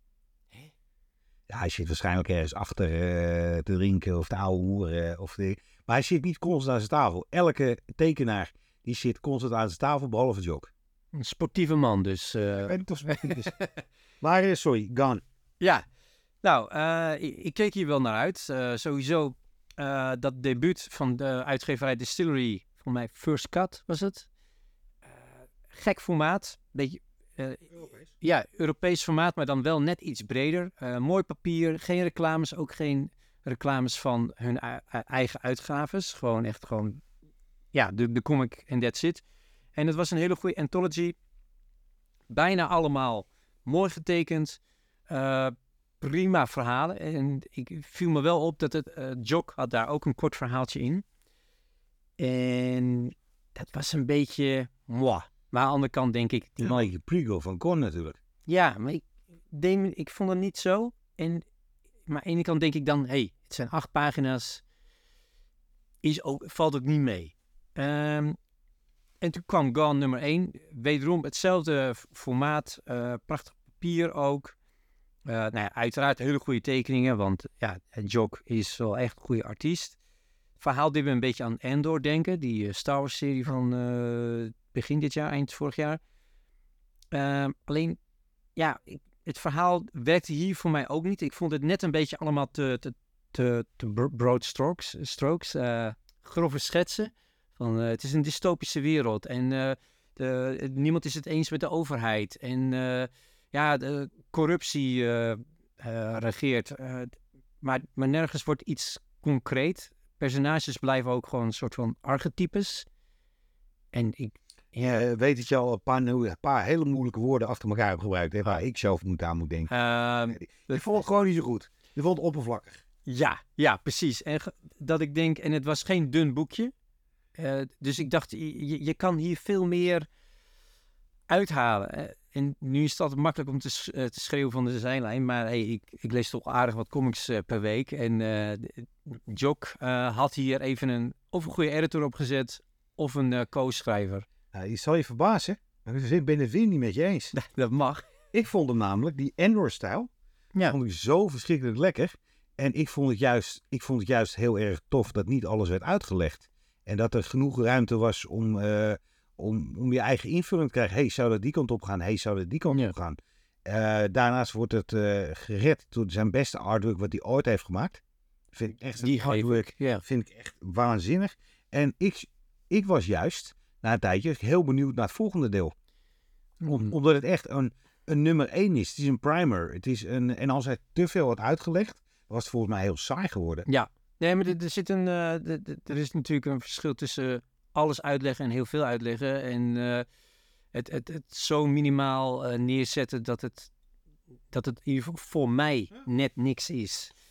Ja, hij zit waarschijnlijk ergens achter te drinken of te ouwe hoeren. Maar hij zit niet constant aan zijn tafel. Elke tekenaar die zit constant aan zijn tafel, behalve Jock. Een sportieve man dus. Ik weet niet of sportief is. Maar sorry, Gone. Ja, nou, ik keek hier wel naar uit. Sowieso dat debuut van de uitgeverij Distillery, voor mij First Cut was het. Gek formaat, beetje Europees. Ja, Europees formaat, maar dan wel net iets breder. Mooi papier, geen reclames, ook geen reclames van hun eigen uitgaves. Gewoon echt de comic en that's it. En het was een hele goede anthology. Bijna allemaal mooi getekend. Prima verhalen. En ik viel me wel op dat Jock had daar ook een kort verhaaltje in. En dat was een beetje moi. Maar aan de andere kant denk ik... Een mooie prequel van Con natuurlijk. Ja, maar ik vond het niet zo. Maar aan de ene kant denk ik dan... het zijn 8 pagina's. Valt ook niet mee. En toen kwam Gone nummer 1. Wederom hetzelfde formaat. Prachtig papier ook. Uiteraard hele goede tekeningen. Want Jock is wel echt een goede artiest. Het verhaal deed me een beetje aan Andor denken. Die Star Wars serie van begin dit jaar, eind vorig jaar. Alleen, het verhaal werkte hier voor mij ook niet. Ik vond het net een beetje allemaal te broad strokes. Grove schetsen. Het is een dystopische wereld. En niemand is het eens met de overheid. En de corruptie regeert. Maar nergens wordt iets concreet. Personages blijven ook gewoon een soort van archetypes. En weet dat je al een paar hele moeilijke woorden achter elkaar hebt gebruikt. Hè, waar ik zelf aan moet denken. Je vond het gewoon niet zo goed. Je vond het oppervlakkig. Ja, precies. En dat ik denk, en het was geen dun boekje. Dus ik dacht, je kan hier veel meer uithalen. En nu is het altijd makkelijk om te schreeuwen van de zijlijn. Maar ik lees toch aardig wat comics per week. En Jock had hier even of een goede editor opgezet of een co-schrijver. Je zal je verbazen. Ik ben het weer niet met je eens. Dat mag. Ik vond hem namelijk, die Andor-stijl, vond ik zo verschrikkelijk lekker. En ik vond het juist heel erg tof dat niet alles werd uitgelegd. En dat er genoeg ruimte was om je eigen invulling te krijgen. Zou dat die kant op gaan? Zou dat die kant op gaan? Daarnaast wordt het gered door zijn beste artwork wat hij ooit heeft gemaakt. Vind ik echt die artwork. Vind ik echt waanzinnig. En ik was juist na een tijdje heel benieuwd naar het volgende deel. Omdat het echt een nummer 1 is. Het is een primer. En als hij te veel had uitgelegd, was het volgens mij heel saai geworden. Ja, nee, maar er is natuurlijk een verschil tussen alles uitleggen en heel veel uitleggen. En het zo minimaal neerzetten dat het in ieder geval voor mij net niks is.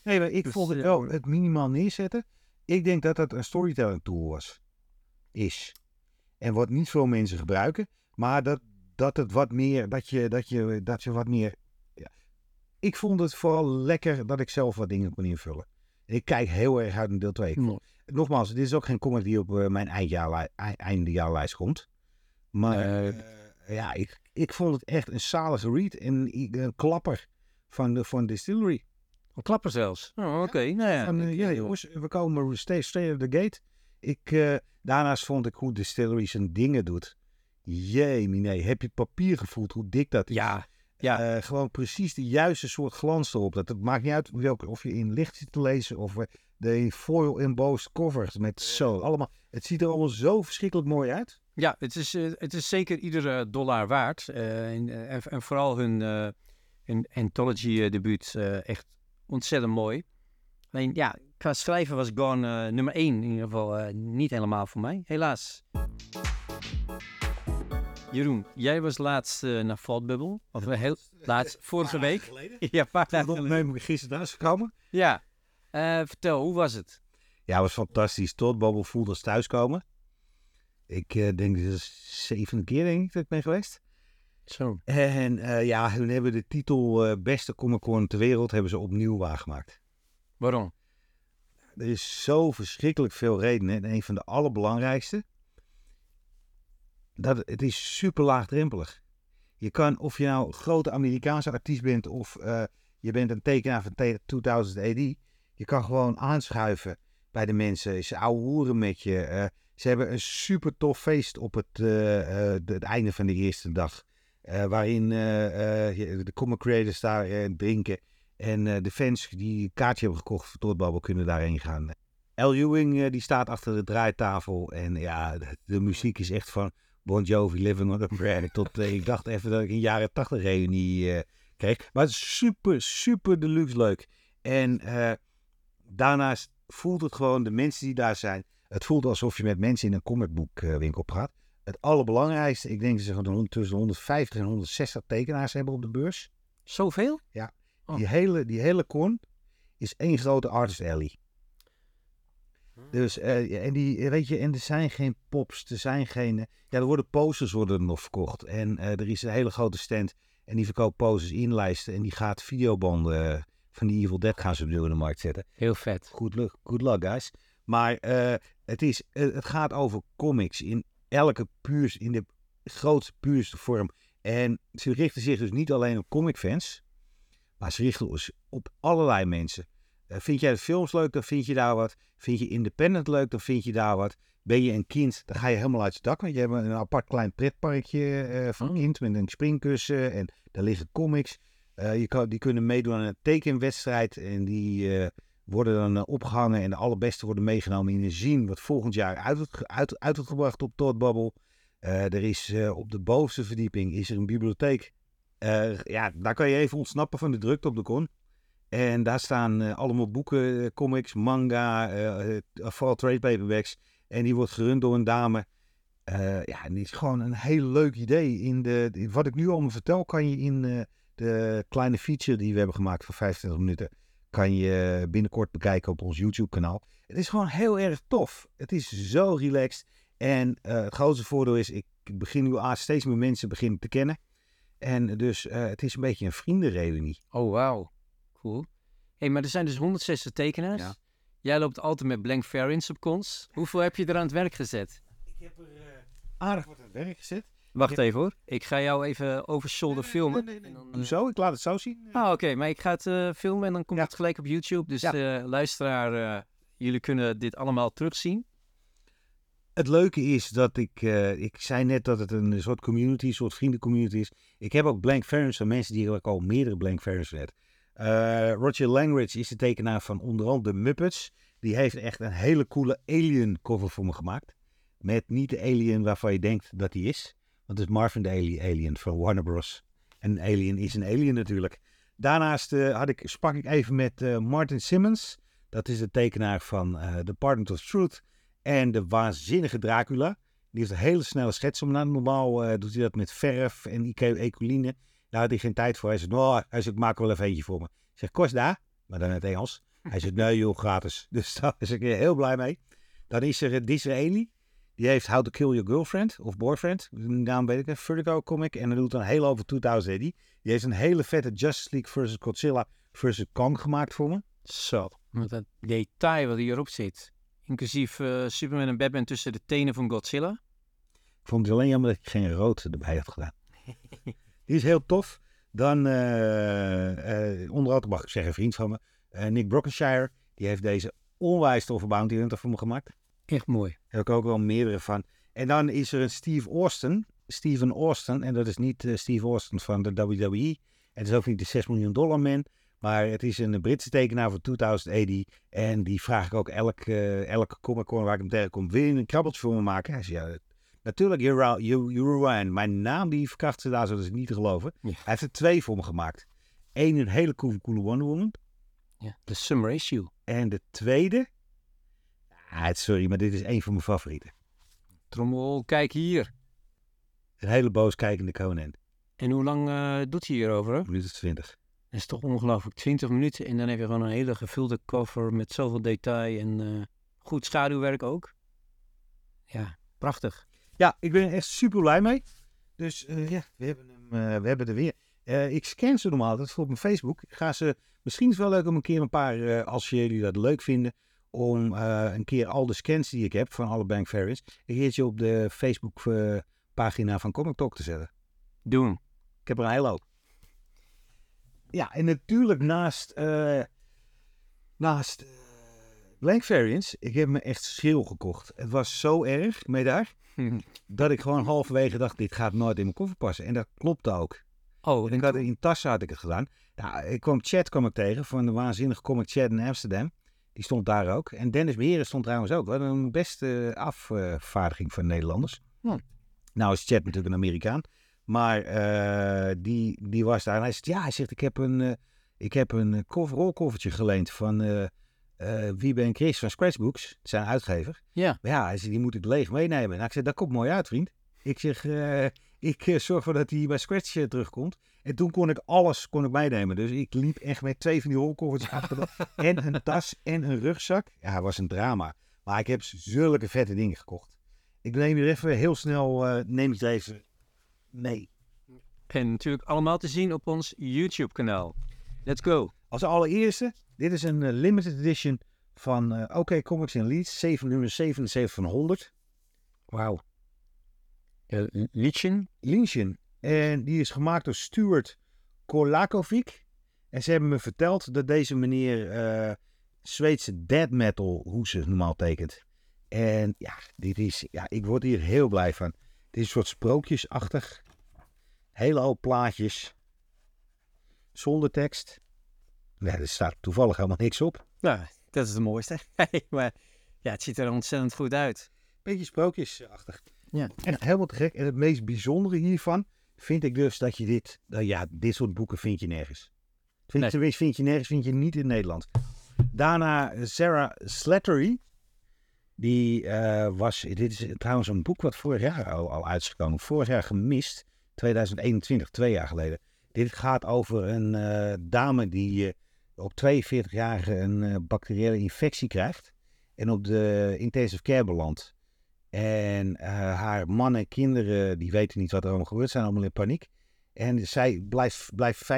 Nee, maar ik Dus, vond het wel het minimaal neerzetten. Ik denk dat dat een storytelling tool is. En wat niet veel mensen gebruiken. Maar dat het wat meer, dat je wat meer... Ja. Ik vond het vooral lekker dat ik zelf wat dingen kon invullen. En ik kijk heel erg uit naar deel 2. Nogmaals, dit is ook geen comic die op mijn eindejaarlijst komt. Maar ik vond het echt een zalige read en een klapper van Distillery. Een klapper zelfs. Oh, oké. Jongens, we komen straight out of the gate. Daarnaast vond ik hoe Distillery zijn dingen doet. Nee, heb je het papier gevoeld hoe dik dat is? Ja. Gewoon precies de juiste soort glans erop. Het maakt niet uit of je in licht zit te lezen of de foil embossed covers met zo allemaal. Het ziet er allemaal zo verschrikkelijk mooi uit. Ja, het is zeker iedere dollar waard. En vooral hun anthology debuut echt ontzettend mooi. Alleen ja, qua schrijven was Gone nummer 1 in ieder geval niet helemaal voor mij, helaas. Jeroen, jij was laatst naar Thought Bubble. Of heel laatst, vorige week. Ja, een paar dagen geleden. Ik gisteren thuis gekomen. Ja, vertel, hoe was het? Ja, het was fantastisch. Thought Bubble voelde als thuiskomen. Ik denk dat het de 7e keer denk ik dat ik ben geweest. Zo. En hun hebben de titel beste Comic-Con ter wereld hebben ze opnieuw waargemaakt. Waarom? Er is zo verschrikkelijk veel redenen. En een van de allerbelangrijkste. Het is super laagdrempelig. Je kan, of je nou een grote Amerikaanse artiest bent of je bent een tekenaar van 2000 AD. Je kan gewoon aanschuiven bij de mensen. Ze ouwehoeren met je. Ze hebben een super tof feest op het einde van de eerste dag. Waarin de comic creators daar drinken. En de fans die een kaartje hebben gekocht voor Thought Bubble kunnen daarheen gaan. Al Ewing die staat achter de draaitafel. En ja, de muziek is echt van Bon Jovi, Living on a Prayer. Ik dacht even dat ik een jaren 80 reunie kreeg. Maar het is super, super deluxe leuk. En daarnaast voelt het gewoon, de mensen die daar zijn. Het voelt alsof je met mensen in een comicboekwinkel praat. Het allerbelangrijkste, ik denk dat ze tussen 150 en 160 tekenaars hebben op de beurs. Zoveel? Ja. Oh. Die hele con is één grote artist alley. Dus, en er zijn geen pops, er zijn geen... er worden posters er nog verkocht. En er is een hele grote stand en die verkoopt posters, inlijsten. En die gaat videobanden van die Evil Dead gaan ze opnieuw in de markt zetten. Heel vet. Good luck guys. Maar het gaat over comics in in de grootste, puurste vorm. En ze richten zich dus niet alleen op comicfans, maar ze richten zich op allerlei mensen. Vind jij de films leuk, dan vind je daar wat. Vind je independent leuk, dan vind je daar wat. Ben je een kind, dan ga je helemaal uit je dak. Want je hebt een apart klein pretparkje van kind met een springkussen. En daar liggen comics. Die kunnen meedoen aan een tekenwedstrijd. En die worden dan opgehangen. En de allerbeste worden meegenomen in een zine wat volgend jaar uitgebracht op Thought Bubble. Er is op de bovenste verdieping is er een bibliotheek. Daar kan je even ontsnappen van de drukte op de con. En daar staan allemaal boeken, comics, manga, vooral trade paperbacks. En die wordt gerund door een dame. En die is gewoon een heel leuk idee. Wat ik nu allemaal vertel, kan je in de kleine feature die we hebben gemaakt van 25 minuten, kan je binnenkort bekijken op ons YouTube kanaal. Het is gewoon heel erg tof. Het is zo relaxed. En het grootste voordeel is, ik begin nu steeds meer mensen beginnen te kennen. En dus het is een beetje een vriendenreunie. Oh, wauw. Cool. Hey, maar er zijn dus 160 tekenaars. Ja. Jij loopt altijd met blank variants op cons. Hoeveel heb je er aan het werk gezet? Ik heb er aardig wat aan het werk gezet. Wacht even hoor. Ik ga jou even over shoulder filmen. Nee. Doe zo, ik laat het zo zien. Oké. Maar ik ga het filmen en dan komt het gelijk op YouTube. Dus luisteraar, jullie kunnen dit allemaal terugzien. Het leuke is dat ik zei net dat het een soort community, een soort vriendencommunity is. Ik heb ook blank variants van mensen die ik al meerdere blank variants net. Roger Langridge is de tekenaar van onder andere de Muppets. Die heeft echt een hele coole Alien cover voor me gemaakt. Met niet de Alien waarvan je denkt dat hij is. Want het is Marvin de Alien van Warner Bros. En een Alien is een Alien natuurlijk. Daarnaast sprak ik even met Martin Simmons. Dat is de tekenaar van The Department of Truth. En de waanzinnige Dracula. Die heeft een hele snelle schets. Normaal doet hij dat met verf en ecoline. Daar had hij geen tijd voor. Hij zei, ik maak er wel even eentje voor me. Ik zeg, kost daar, maar dan in het Engels. Hij zegt, nee joh, gratis. Dus daar is ik heel blij mee. Dan is er Disraeli. Die heeft How to Kill Your Girlfriend of Boyfriend. De naam weet ik niet. Vertigo comic. En dan doet een heel over 2000 AD. Die heeft een hele vette Justice League versus Godzilla versus Kong gemaakt voor me. Zo. Met dat detail wat hierop zit. Inclusief Superman en Batman tussen de tenen van Godzilla. Ik vond het alleen jammer dat ik geen rood erbij had gedaan. Die is heel tof. Dan onder andere mag ik zeggen, een vriend van me. Nick Brockenshire. Die heeft deze onwijs toffe Bounty Hunter voor me gemaakt. Echt mooi. Daar heb ik ook wel meerdere van. En dan is er een Steven Austin. En dat is niet Steve Austin van de WWE. Het is ook niet de $6 miljoen man. Maar het is een Britse tekenaar van 2000 AD. En die vraag ik ook elke Comic-Con waar ik hem tegenkom. Wil je een krabbeltje voor me maken? Hij zegt, ja, natuurlijk, you're Ryan. Mijn naam die verkracht ze daar, zo, dat is niet te geloven. Ja. Hij heeft er 2 voor me gemaakt. Eén een hele coole Wonder Woman. Ja, de Summer Issue. En de tweede... sorry, maar dit is één van mijn favorieten. Trommel, kijk hier. Een hele boos kijkende Conan. En hoe lang doet hij hierover? Hè? Minuten 20. Dat is toch ongelooflijk. 20 minuten en dan heb je gewoon een hele gevulde cover met zoveel detail en goed schaduwwerk ook. Ja, prachtig. Ja, ik ben er echt super blij mee. Dus ja, we hebben er weer. Ik scan ze normaal altijd voor op mijn Facebook. Ik ga ze, misschien is het wel leuk om een keer een paar, als jullie dat leuk vinden, om een keer al de scans die ik heb van alle bank variants, een keertje op de Facebook pagina van Comic Talk te zetten. Doen. Ik heb er een hele hoop. Ja, en natuurlijk naast blank variants, ik heb me echt schil gekocht. Het was zo erg mee daar, dat ik gewoon halverwege dacht, dit gaat nooit in mijn koffer passen. En dat klopte ook. Oh, En ik had het in tassen had ik het gedaan. Nou, Chad kwam ik tegen van de waanzinnige comic Chad in Amsterdam. Die stond daar ook. En Dennis Beheren stond trouwens ook. We hadden een beste afvaardiging van Nederlanders. Nou is Chad natuurlijk een Amerikaan. Maar die was daar. En hij zegt, ja, ik heb een rolkoffertje geleend van Wiebe en Chris van Scratchbooks. Zijn uitgever. Ja. Maar ja, hij zei, die moet ik leeg meenemen. Nou, ik zeg, dat komt mooi uit, vriend. Ik zeg, ik zorg ervoor dat hij bij Scratch terugkomt. En toen kon ik alles meenemen. Dus ik liep echt met 2 van die rolkoffertjes achter me. En een tas en een rugzak. Ja, het was een drama. Maar ik heb zulke vette dingen gekocht. Ik neem je even heel snel, neem ik deze mee. En natuurlijk allemaal te zien op ons YouTube kanaal. Let's go. Als allereerste, dit is een limited edition van OK Comics in Leeds. 777 van 100. Wauw. Liedjen. En die is gemaakt door Stuart Kolakovic. En ze hebben me verteld dat deze meneer Zweedse death metal hoesen normaal tekent. En ja, ik word hier heel blij van. Dit is een soort sprookjesachtig. Hele hoop plaatjes. Zonder tekst. Ja, er staat toevallig helemaal niks op. Nou, dat is het mooiste. Maar ja, het ziet er ontzettend goed uit. Beetje sprookjesachtig. Ja. En helemaal te gek. En het meest bijzondere hiervan vind ik dus dat je dit soort boeken vind je nergens. Vind je niet in Nederland. Daarna Sarah Slattery. Dit is trouwens een boek wat vorig jaar al uit is gekomen. Vorig jaar gemist. 2021, 2 jaar geleden. Dit gaat over een dame die op 42-jarige een bacteriële infectie krijgt. En op de intensive care belandt. En haar man en kinderen, die weten niet wat er allemaal gebeurt, zijn allemaal in paniek. En zij blijft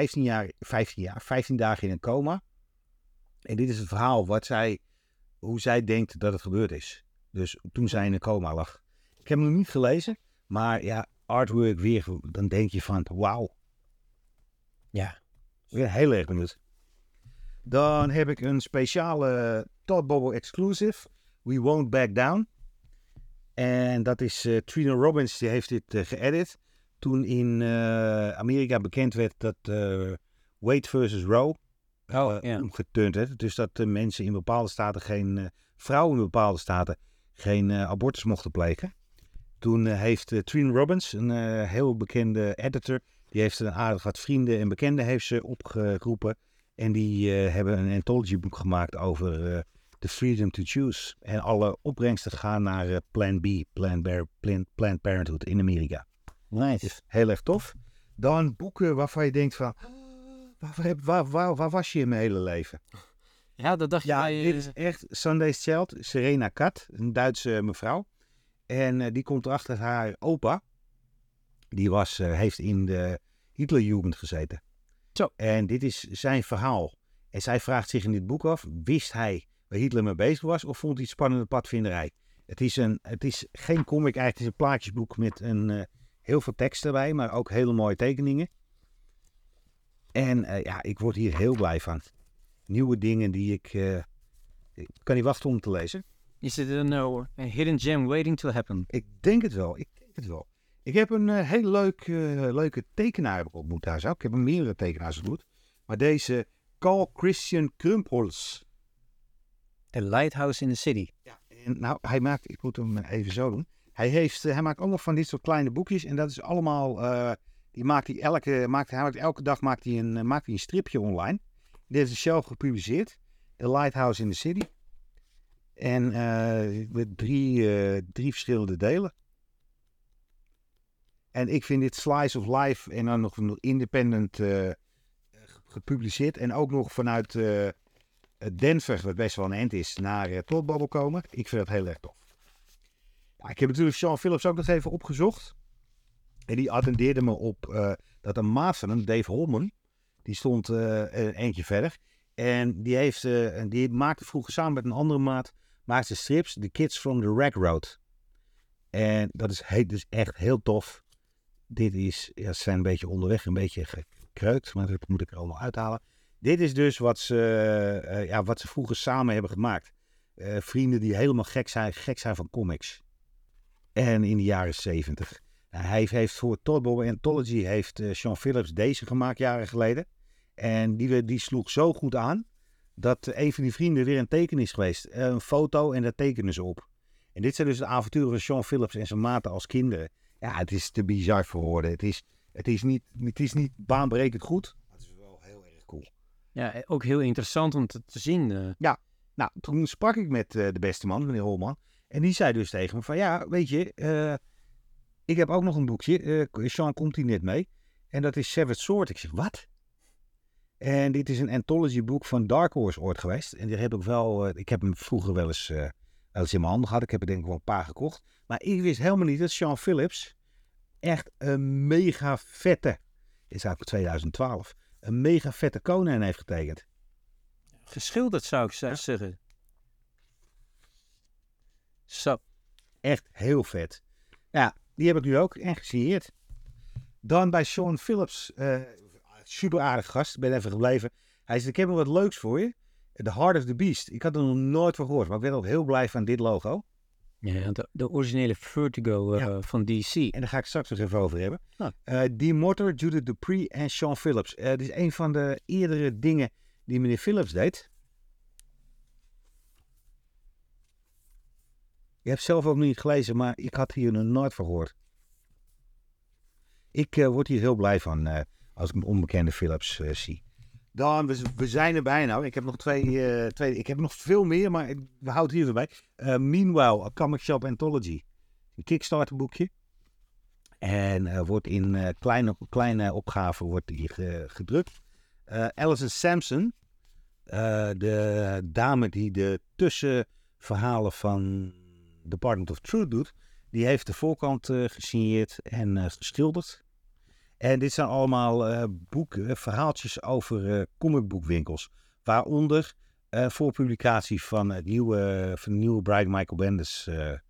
15 dagen in een coma. En dit is het verhaal hoe zij denkt dat het gebeurd is. Dus toen zij in een coma lag. Ik heb hem nog niet gelezen, maar ja, artwork weer, dan denk je van, wauw. Ja. Ik ben heel erg benieuwd. Dan heb ik een speciale Thought Bubble exclusive. We Won't Back Down. En dat is Trina Robbins, die heeft dit geëdit. Toen in Amerika bekend werd dat Wade versus Roe omgeturnd werd. Dus dat mensen in bepaalde staten vrouwen in bepaalde staten geen abortus mochten plegen. Toen heeft Trina Robbins, een heel bekende editor, die heeft een aardig wat vrienden en bekenden heeft ze opgeroepen. En die hebben een anthology boek gemaakt over The Freedom to Choose. En alle opbrengsten gaan naar Plan B, Planned Parenthood in Amerika. Nice. Dus heel erg tof. Dan boeken waarvan je denkt van, waar was je in mijn hele leven? Ja, dat dacht je Ja, bij... dit is echt Sunday's Child. Serena Kat, een Duitse mevrouw. En die komt erachter dat haar opa, die heeft in de Hitlerjugend gezeten. Zo. En dit is zijn verhaal. En zij vraagt zich in dit boek af, wist hij waar Hitler mee bezig was of vond hij het spannende padvinderij? Het is geen comic, eigenlijk het is een plaatjesboek met heel veel tekst erbij, maar ook hele mooie tekeningen. En ik word hier heel blij van. Nieuwe dingen die ik kan niet wachten om te lezen. Is het een hidden gem waiting to happen? Ik denk het wel. Ik heb een heel leuke tekenaar heb ik ontmoet daar zo. Ik heb meerdere tekenaars ontmoet. Maar deze Carl Christian Krumpholz. A Lighthouse in the City. Ja, en nou, hij maakt, ik moet hem even zo doen. Hij maakt allemaal van dit soort kleine boekjes. En dat is allemaal, hij maakt elke dag een stripje online. Dit is zelf gepubliceerd. A Lighthouse in the City. En met drie verschillende delen. En ik vind dit Slice of Life en dan nog independent gepubliceerd. En ook nog vanuit Denver, wat best wel een eind is, naar Thought Bubble komen. Ik vind dat heel erg tof. Ja, ik heb natuurlijk Sean Phillips ook nog even opgezocht. En die attendeerde me op dat een maat van hem, Dave Holman, die stond eentje verder. En die maakte vroeger samen met een andere maat, maakte strips, The Kids from the Rag Road. En dat is dus echt heel tof. Ze zijn een beetje onderweg, een beetje gekreukt, maar dat moet ik er allemaal uithalen. Dit is dus wat ze vroeger samen hebben gemaakt. Vrienden die helemaal gek zijn van comics. En in de jaren 70. Hij heeft voor Toy Bob Anthology heeft Sean Phillips deze gemaakt jaren geleden. En die sloeg zo goed aan dat een van die vrienden weer een teken is geweest. Een foto en daar tekenen ze op. En dit zijn dus de avonturen van Sean Phillips en zijn maten als kinderen. Ja, het is te bizar voor woorden. Het is niet baanbrekend goed. Maar het is wel heel erg cool. Ja, ook heel interessant om te zien. Ja, nou, toen sprak ik met de beste man, meneer Holman. En die zei dus tegen me van, ja, weet je, ik heb ook nog een boekje. Sean komt hier net mee. En dat is Savage Sword. Ik zeg, wat? En dit is een anthology boek van Dark Horse ooit geweest. En die heb ik wel, ik heb hem vroeger wel eens in mijn handen gehad. Ik heb er denk ik wel een paar gekocht. Maar ik wist helemaal niet dat Sean Phillips echt een mega vette, is uit 2012, een mega vette Conan heeft getekend. Geschilderd zou ik zeggen. Zo. Echt heel vet. Ja, die heb ik nu ook en gesigneerd. Dan bij Sean Phillips, super aardig gast, ben even gebleven. Hij zei, ik heb nog wat leuks voor je. The Heart of the Beast. Ik had er nog nooit van gehoord, maar ik ben ook heel blij van dit logo. Ja, de originele Vertigo van DC. En daar ga ik straks nog even over hebben. Oh. Dee Motter, Judith Dupree en Sean Phillips. Dit is een van de eerdere dingen die meneer Phillips deed. Je hebt zelf ook niet gelezen, maar ik had hier nog nooit van gehoord. Ik word hier heel blij van als ik een onbekende Phillips zie. Dan, we zijn er bijna. Ik heb nog twee. Ik heb nog veel meer, maar we houden hier erbij. Meanwhile, A Comic Shop Anthology. Een Kickstarter boekje. En wordt in kleine opgaven wordt hier gedrukt. Alison Sampson, de dame die de tussenverhalen van Department of Truth doet, die heeft de voorkant gesigneerd en geschilderd. En dit zijn allemaal verhaaltjes over comicboekwinkels. Waaronder voor publicatie van de nieuwe Brian Michael Bendis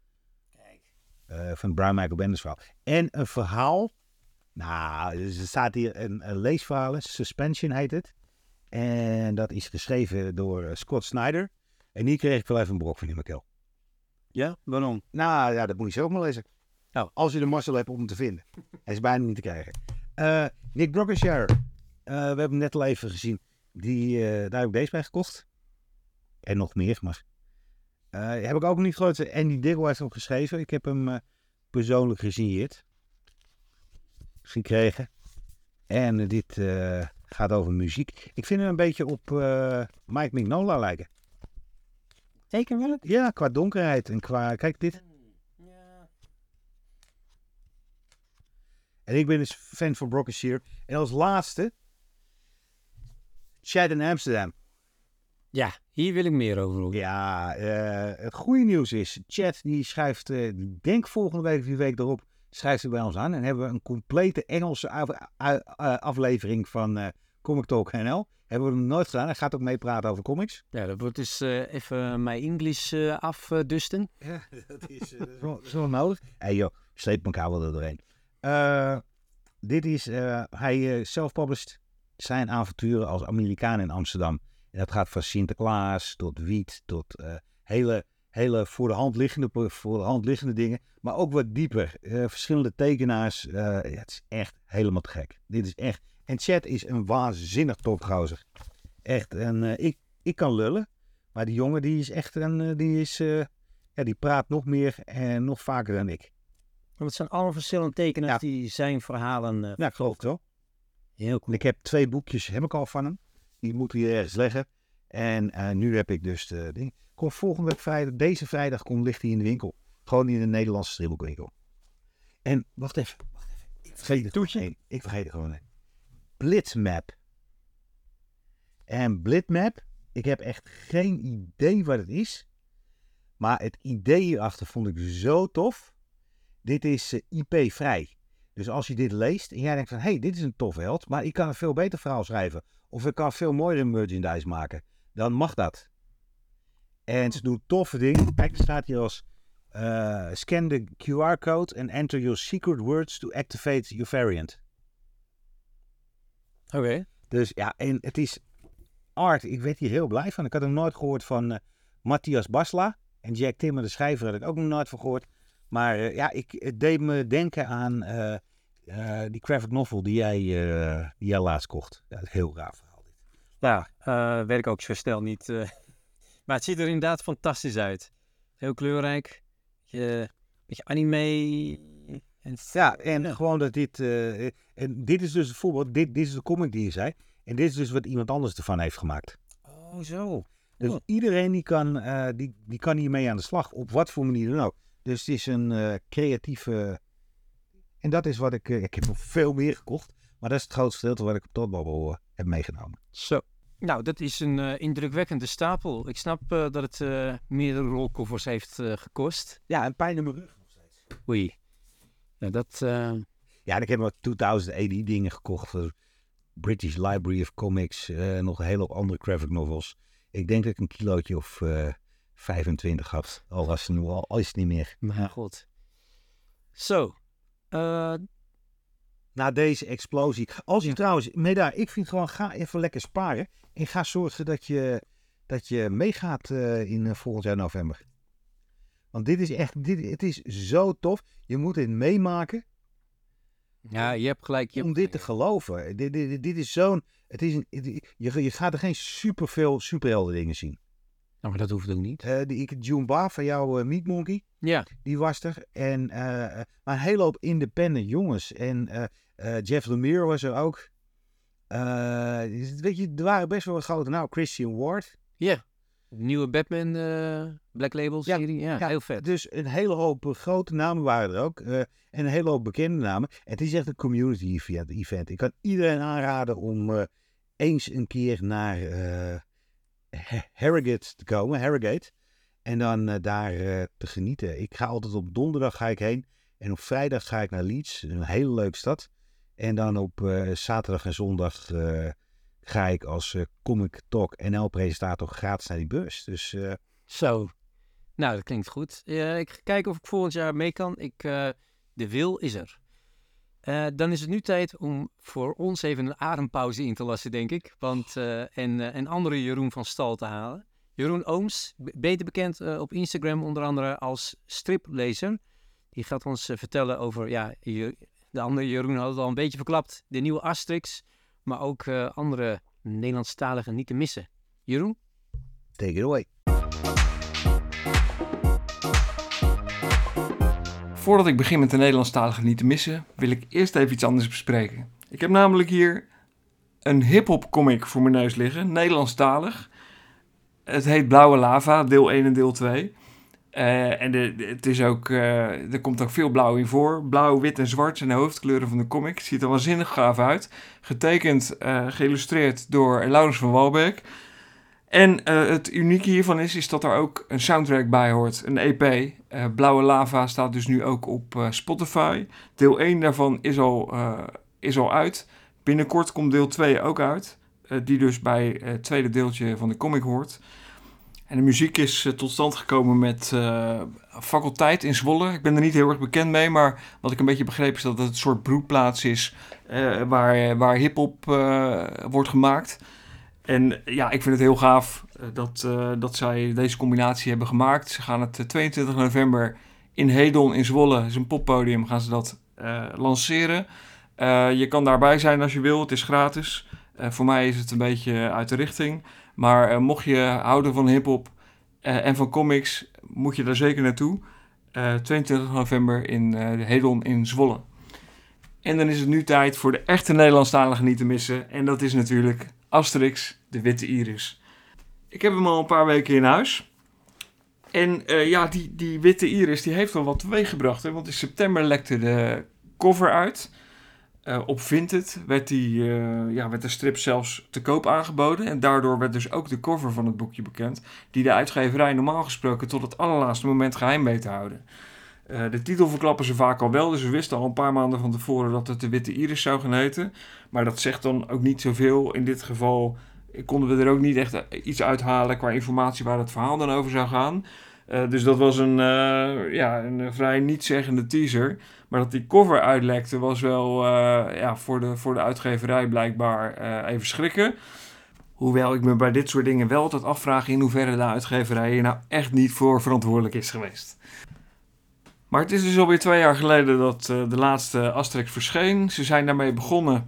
van Brian Michael Bendis verhaal. En een verhaal. Nou, er staat hier een leesverhaal. Suspension heet het. En dat is geschreven door Scott Snyder. En hier kreeg ik wel even een brok van in mijn keel. Ja, waarom? Nou ja, dat moet je zelf maar lezen. Oh. Als je de mazzel hebt om hem te vinden. Hij is bijna niet te krijgen. Nick Brockenshire. We hebben hem net al even gezien. Daar heb ik deze bij gekocht. En nog meer, maar... heb ik ook niet gehoord. Andy Diggle heeft hem geschreven. Ik heb hem persoonlijk gesigneerd. Gekregen. En dit gaat over muziek. Ik vind hem een beetje op Mike Mignola lijken. Zeker wel? Ja, qua donkerheid en qua... Kijk dit. Ja. En ik ben dus fan van Brockenshire. En als laatste... Chad in Amsterdam. Ja, hier wil ik meer over horen. Ja, het goede nieuws is, Chad die schrijft, denk volgende week of die week erop, schrijft ze bij ons aan. En hebben we een complete Engelse aflevering van Comic Talk NL. Hebben we nog nooit gedaan. Hij gaat ook meepraten over comics. Ja, dat wordt dus even mijn Engels afdusten. Ja, dat is wel nodig. Hey joh, sleep elkaar wel er doorheen. Dit is, hij self-published zijn avonturen als Amerikaan in Amsterdam. En dat gaat van Sinterklaas tot wiet tot hele voor de hand liggende dingen. Maar ook wat dieper. Verschillende tekenaars. Het is echt helemaal te gek. Dit is echt. En Chad is een waanzinnig topgozer. Echt. En ik kan lullen. Maar die jongen die is echt die praat nog meer en nog vaker dan ik. Want het zijn allemaal verschillende tekenaars die zijn verhalen... Ja, ik geloof het wel. Heel cool. Ik heb 2 boekjes, heb ik al van hem. Die moeten hier ergens leggen. En nu heb ik dus de ding. Kom volgende week vrijdag, deze vrijdag ligt hij in de winkel. Gewoon in de Nederlandse stripboekwinkel. En wacht even. Ik vergeet het toetje. Ik vergeet het gewoon. Blitzmap. En Blitzmap, ik heb echt geen idee wat het is. Maar het idee hierachter vond ik zo tof. Dit is IP-vrij. Dus als je dit leest en jij denkt van, hey, dit is een toffe held, maar ik kan een veel beter verhaal schrijven. Of ik kan veel mooiere merchandise maken. Dan mag dat. En ze doen toffe dingen. Kijk, er staat hier als scan the QR-code and enter your secret words to activate your variant. Oké. Dus ja, en het is art. Ik werd hier heel blij van. Ik had hem nooit gehoord van Matthias Basla. En Jack Timmer, de schrijver, had ik ook nog nooit van gehoord. Maar het deed me denken aan die graphic novel die jij laatst kocht. Ja, heel raar verhaal dit. Ja, weet ik ook zo snel niet. Maar het ziet er inderdaad fantastisch uit. Heel kleurrijk. Beetje anime. En gewoon dat dit... en dit is dus een voorbeeld. Dit is de comic die je zei. En dit is dus wat iemand anders ervan heeft gemaakt. Oh, zo. Dus iedereen die kan hiermee aan de slag. Op wat voor manier dan ook. Dus het is een creatieve... En dat is wat ik heb nog veel meer gekocht. Maar dat is het grootste gedeelte wat ik op Totbabbel heb meegenomen. Zo. Nou, dat is een indrukwekkende stapel. Ik snap dat het meerdere rolkoffers heeft gekost. Ja, en pijn in mijn rug nog steeds. Oei. Ja, dat... Ja, en ik heb nog 2000 AD dingen gekocht. British Library of Comics. Nog een hele hoop andere graphic novels. Ik denk dat ik een kilootje of 25 had. Al was het nu al is het niet meer. Mijn god. Zo. Na deze explosie. Als je trouwens, Meda, ik vind gewoon, ga even lekker sparen. En ga zorgen dat je meegaat in volgend jaar november. Want dit is echt, het is zo tof. Je moet dit meemaken. Ja, je hebt gelijk. Om dit te geloven. Dit is zo'n, je gaat er geen superveel superhelden dingen zien. Nou, maar dat hoeft ook niet. June Bar van jou, Meat Monkey. Ja. Die was er. En, maar een hele hoop independent jongens. En Jeff Lemire was er ook. Weet je, er waren best wel wat grote. Nou, Christian Ward. Ja. Nieuwe Batman Black Label serie. Ja, heel vet. Dus een hele hoop grote namen waren er ook. En een hele hoop bekende namen. En het is echt een community event. Ik kan iedereen aanraden om eens een keer naar Harrogate te komen. Harrogate. En dan daar te genieten. Ik ga altijd op donderdag ga ik heen. En op vrijdag ga ik naar Leeds. Een hele leuke stad. En dan op zaterdag en zondag ga ik als Comic Talk NL presentator gratis naar die beurs. Dus, Zo. Nou, dat klinkt goed. Ik ga kijken of ik volgend jaar mee kan. De wil is er. Dan is het nu tijd om voor ons even een adempauze in te lassen, denk ik. Want en andere Jeroen van stal te halen. Jeroen Ooms, beter bekend op Instagram onder andere als striplezer. Die gaat ons vertellen over, de andere Jeroen had het al een beetje verklapt, de nieuwe Asterix. Maar ook andere Nederlandstaligen niet te missen. Jeroen? Take it away. Voordat ik begin met de Nederlandstaligen niet te missen, wil ik eerst even iets anders bespreken. Ik heb namelijk hier een hip-hop comic voor mijn neus liggen, Nederlandstalig. Het heet Blauwe Lava, deel 1 en deel 2. Het is ook, er komt ook veel blauw in voor. Blauw, wit en zwart zijn de hoofdkleuren van de comic. Het ziet er waanzinnig gaaf uit. Getekend, geïllustreerd door Laurens van Walbeek. En het unieke hiervan is dat er ook een soundtrack bij hoort, een EP. Blauwe Lava staat dus nu ook op Spotify. Deel 1 daarvan is al uit. Binnenkort komt deel 2 ook uit. Die dus bij het tweede deeltje van de comic hoort. En de muziek is tot stand gekomen met Faculteit in Zwolle. Ik ben er niet heel erg bekend mee, maar wat ik een beetje begreep is dat het een soort broedplaats is waar hiphop wordt gemaakt. En ja, ik vind het heel gaaf dat zij deze combinatie hebben gemaakt. Ze gaan het 22 november in Hedon in Zwolle, dat is een poppodium, gaan ze dat lanceren. Je kan daarbij zijn als je wil, het is gratis. Voor mij is het een beetje uit de richting. Maar mocht je houden van hiphop en van comics, moet je daar zeker naartoe. 22 november in Hedon in Zwolle. En dan is het nu tijd voor de echte Nederlandstaligen niet te missen. En dat is natuurlijk Asterix, de Witte Iris. Ik heb hem al een paar weken in huis. En die Witte Iris die heeft wel wat teweeggebracht. Hè? Want in september lekte de cover uit. Op Vinted werd de strip zelfs te koop aangeboden. En daardoor werd dus ook de cover van het boekje bekend. Die de uitgeverij normaal gesproken tot het allerlaatste moment geheim weet te houden. De titel verklappen ze vaak al wel. Dus we wisten al een paar maanden van tevoren dat het de Witte Iris zou gaan heten. Maar dat zegt dan ook niet zoveel. In dit geval konden we er ook niet echt iets uithalen qua informatie waar het verhaal dan over zou gaan. Dus dat was een vrij nietszeggende teaser. Maar dat die cover uitlekte was wel voor de uitgeverij blijkbaar even schrikken. Hoewel ik me bij dit soort dingen wel altijd afvraag in hoeverre de uitgeverij hier nou echt niet voor verantwoordelijk is geweest. Maar het is dus alweer 2 jaar geleden dat de laatste Asterix verscheen. Ze zijn daarmee begonnen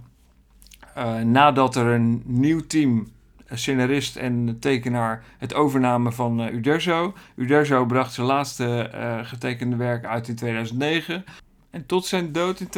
nadat er een nieuw team, een scenarist en tekenaar, het overnamen van Uderzo. Uderzo bracht zijn laatste getekende werk uit in 2009. En tot zijn dood in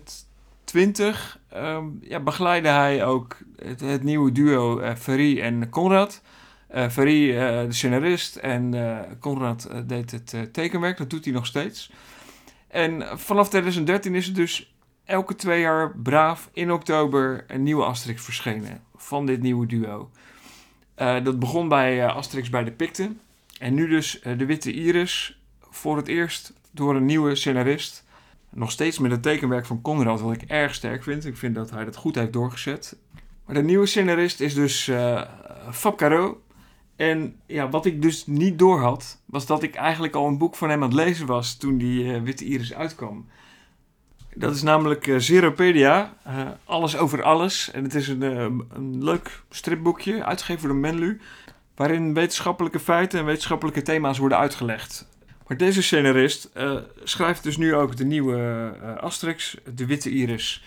2020 begeleidde hij ook het nieuwe duo Ferry en Konrad. Ferry de scenarist en Konrad deed het tekenwerk, dat doet hij nog steeds. En vanaf 2013 is het dus elke 2 jaar braaf in oktober een nieuwe Asterix verschenen van dit nieuwe duo. Dat begon bij Asterix bij de Picten. En nu dus de Witte Iris voor het eerst door een nieuwe scenarist. Nog steeds met het tekenwerk van Konrad, wat ik erg sterk vind. Ik vind dat hij dat goed heeft doorgezet. Maar de nieuwe scenarist is dus Fab Caro. En ja, wat ik dus niet doorhad, was dat ik eigenlijk al een boek van hem aan het lezen was toen die Witte Iris uitkwam. Dat is namelijk Zeropedia, alles over alles. En het is een leuk stripboekje, uitgegeven door Menlu, waarin wetenschappelijke feiten en wetenschappelijke thema's worden uitgelegd. Maar deze scenarist schrijft dus nu ook de nieuwe Asterix, de Witte Iris.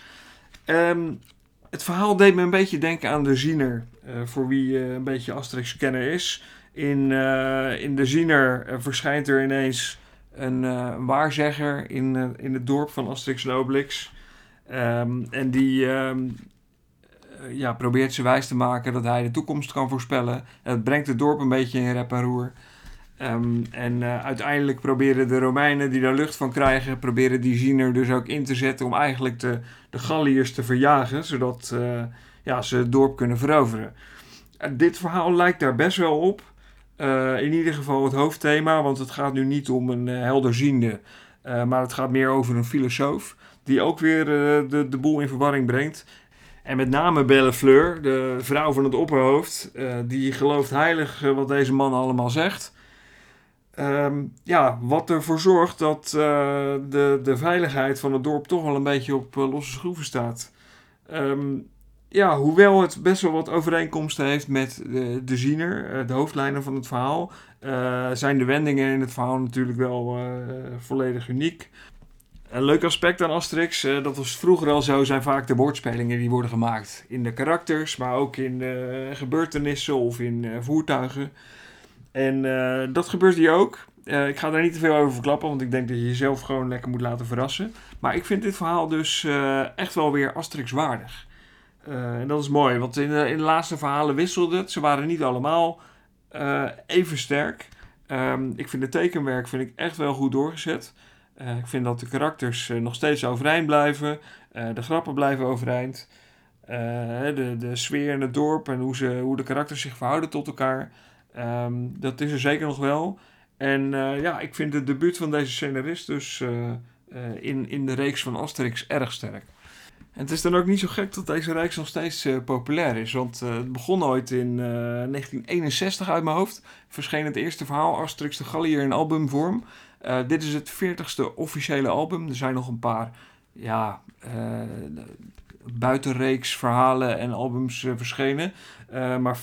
Het verhaal deed me een beetje denken aan de Ziener, voor wie een beetje Asterix-kenner is. In de Ziener verschijnt er ineens een waarzegger in het dorp van Asterix en Obelix. En die probeert ze wijs te maken dat hij de toekomst kan voorspellen. Het brengt het dorp een beetje in rep en roer. Uiteindelijk proberen de Romeinen die daar lucht van krijgen, proberen die Ziener dus ook in te zetten om eigenlijk de Galliërs te verjagen, zodat ze het dorp kunnen veroveren. Dit verhaal lijkt daar best wel op. In ieder geval het hoofdthema, want het gaat nu niet om een helderziende, maar het gaat meer over een filosoof die ook weer de boel in verwarring brengt. En met name Bellefleur, de vrouw van het opperhoofd, die gelooft heilig wat deze man allemaal zegt. Wat ervoor zorgt dat de veiligheid van het dorp toch wel een beetje op losse schroeven staat. Hoewel het best wel wat overeenkomsten heeft met de Ziener, de hoofdlijnen van het verhaal, zijn de wendingen in het verhaal natuurlijk wel volledig uniek. Een leuk aspect aan Asterix, dat was vroeger al zo, zijn vaak de woordspelingen die worden gemaakt. In de karakters, maar ook in gebeurtenissen of in voertuigen. En dat gebeurt hier ook. Ik ga daar niet te veel over verklappen, want ik denk dat je jezelf gewoon lekker moet laten verrassen. Maar ik vind dit verhaal dus echt wel weer Asterix waardig. En dat is mooi, want in de laatste verhalen wisselde het. Ze waren niet allemaal even sterk. Ik vind het tekenwerk echt wel goed doorgezet. Ik vind dat de karakters nog steeds overeind blijven. De grappen blijven overeind. De sfeer in het dorp en hoe de karakters zich verhouden tot elkaar. Dat is er zeker nog wel. En ik vind het debuut van deze scenarist dus in de reeks van Asterix erg sterk. En het is dan ook niet zo gek dat deze reeks nog steeds populair is. Want het begon ooit in 1961 uit mijn hoofd. Verscheen het eerste verhaal Asterix de Galliër in albumvorm. Dit is het 40ste officiële album. Er zijn nog een paar buitenreeks verhalen en albums verschenen. Maar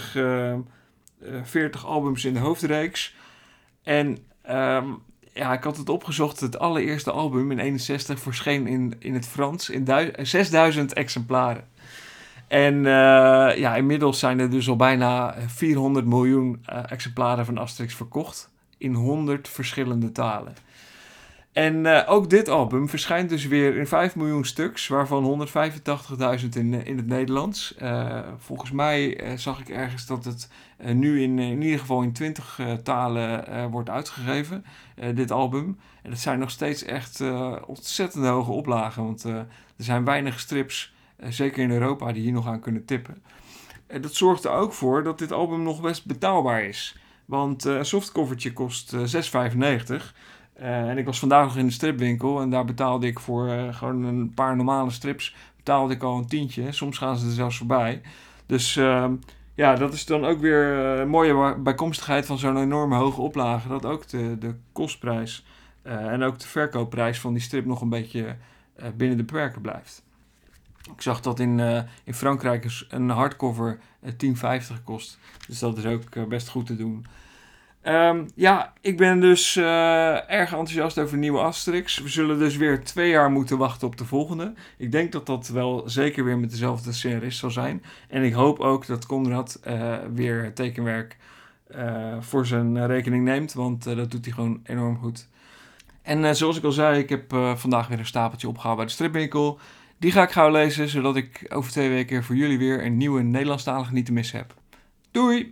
40 albums in de hoofdreeks. En ik had het opgezocht. Het allereerste album in 61 verscheen in het Frans in 6000 exemplaren. En inmiddels zijn er dus al bijna 400 miljoen exemplaren van Asterix verkocht. In 100 verschillende talen. En ook dit album verschijnt dus weer in 5 miljoen stuks, waarvan 185.000 in het Nederlands. Volgens mij zag ik ergens dat het nu in ieder geval in 20 talen wordt uitgegeven, dit album. En dat zijn nog steeds echt ontzettend hoge oplagen, want er zijn weinig strips, zeker in Europa, die hier nog aan kunnen tippen. Dat zorgt er ook voor dat dit album nog best betaalbaar is. Want een softcovertje kost €6,95. En ik was vandaag nog in de stripwinkel en daar betaalde ik voor gewoon een paar normale strips betaalde ik al een tientje. Soms gaan ze er zelfs voorbij. Dus dat is dan ook weer een mooie bijkomstigheid van zo'n enorme hoge oplage. Dat ook de kostprijs en ook de verkoopprijs van die strip nog een beetje binnen de perken blijft. Ik zag dat in Frankrijk een hardcover €10,50 kost. Dus dat is ook best goed te doen. Ik ben dus erg enthousiast over de nieuwe Asterix. We zullen dus weer 2 jaar moeten wachten op de volgende. Ik denk dat dat wel zeker weer met dezelfde scenarist zal zijn. En ik hoop ook dat Konrad weer het tekenwerk voor zijn rekening neemt. Want dat doet hij gewoon enorm goed. En zoals ik al zei, ik heb vandaag weer een stapeltje opgehaald bij de stripwinkel. Die ga ik gauw lezen, zodat ik over 2 weken voor jullie weer een nieuwe Nederlandstalige niet te missen heb. Doei!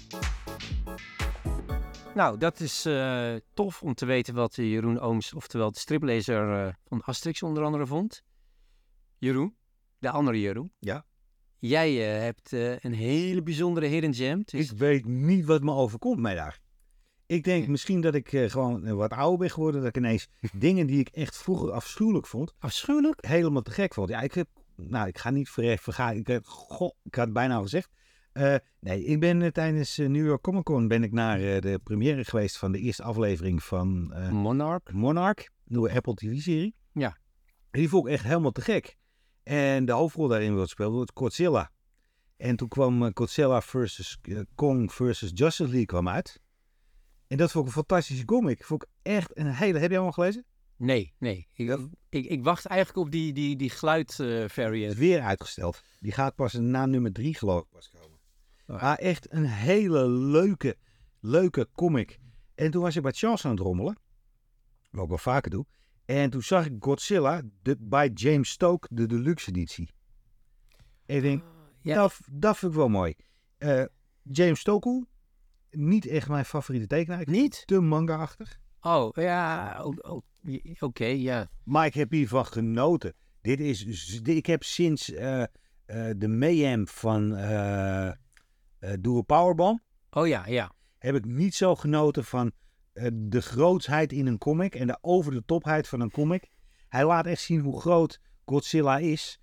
Nou, dat is tof om te weten wat Jeroen Ooms, oftewel de striplezer van Asterix onder andere vond. Jeroen, de andere Jeroen. Ja. Jij hebt een hele bijzondere hidden gem. Ik weet niet wat me overkomt mij daar. Ik denk misschien dat ik gewoon wat ouder ben geworden. Dat ik ineens dingen die ik echt vroeger afschuwelijk vond. Afschuwelijk? Helemaal te gek vond. Ja, ik ga niet vergaan. Ik had bijna al gezegd. Ik ben tijdens New York Comic Con ben ik naar de première geweest van de eerste aflevering van Monarch, nieuwe Apple TV-serie. Ja. En die vond ik echt helemaal te gek. En de hoofdrol daarin wordt gespeeld door Godzilla. En toen kwam Godzilla versus Kong versus Justice League kwam uit. En dat vond ik een fantastische comic. Vond ik echt een hele... Heb jij hem al gelezen? Nee. Ik wacht eigenlijk op die geluid-variant. Is weer uitgesteld. Die gaat pas na nummer 3 geloof ik pas komen. Maar echt een hele leuke comic. En toen was ik bij Charles aan het rommelen. Wat ik wel vaker doe. En toen zag ik Godzilla bij James Stoke, de deluxe editie. En ik denk, dat vind ik wel mooi. James Stoke, niet echt mijn favoriete tekenaar. Niet? Te manga-achtig. Oh, ja. Oké, ja. Maar ik heb hiervan genoten. Ik heb sinds de Mayhem van Doe Powerbomb. Oh ja. Heb ik niet zo genoten van de grootsheid in een comic. En de over de topheid van een comic. Hij laat echt zien hoe groot Godzilla is.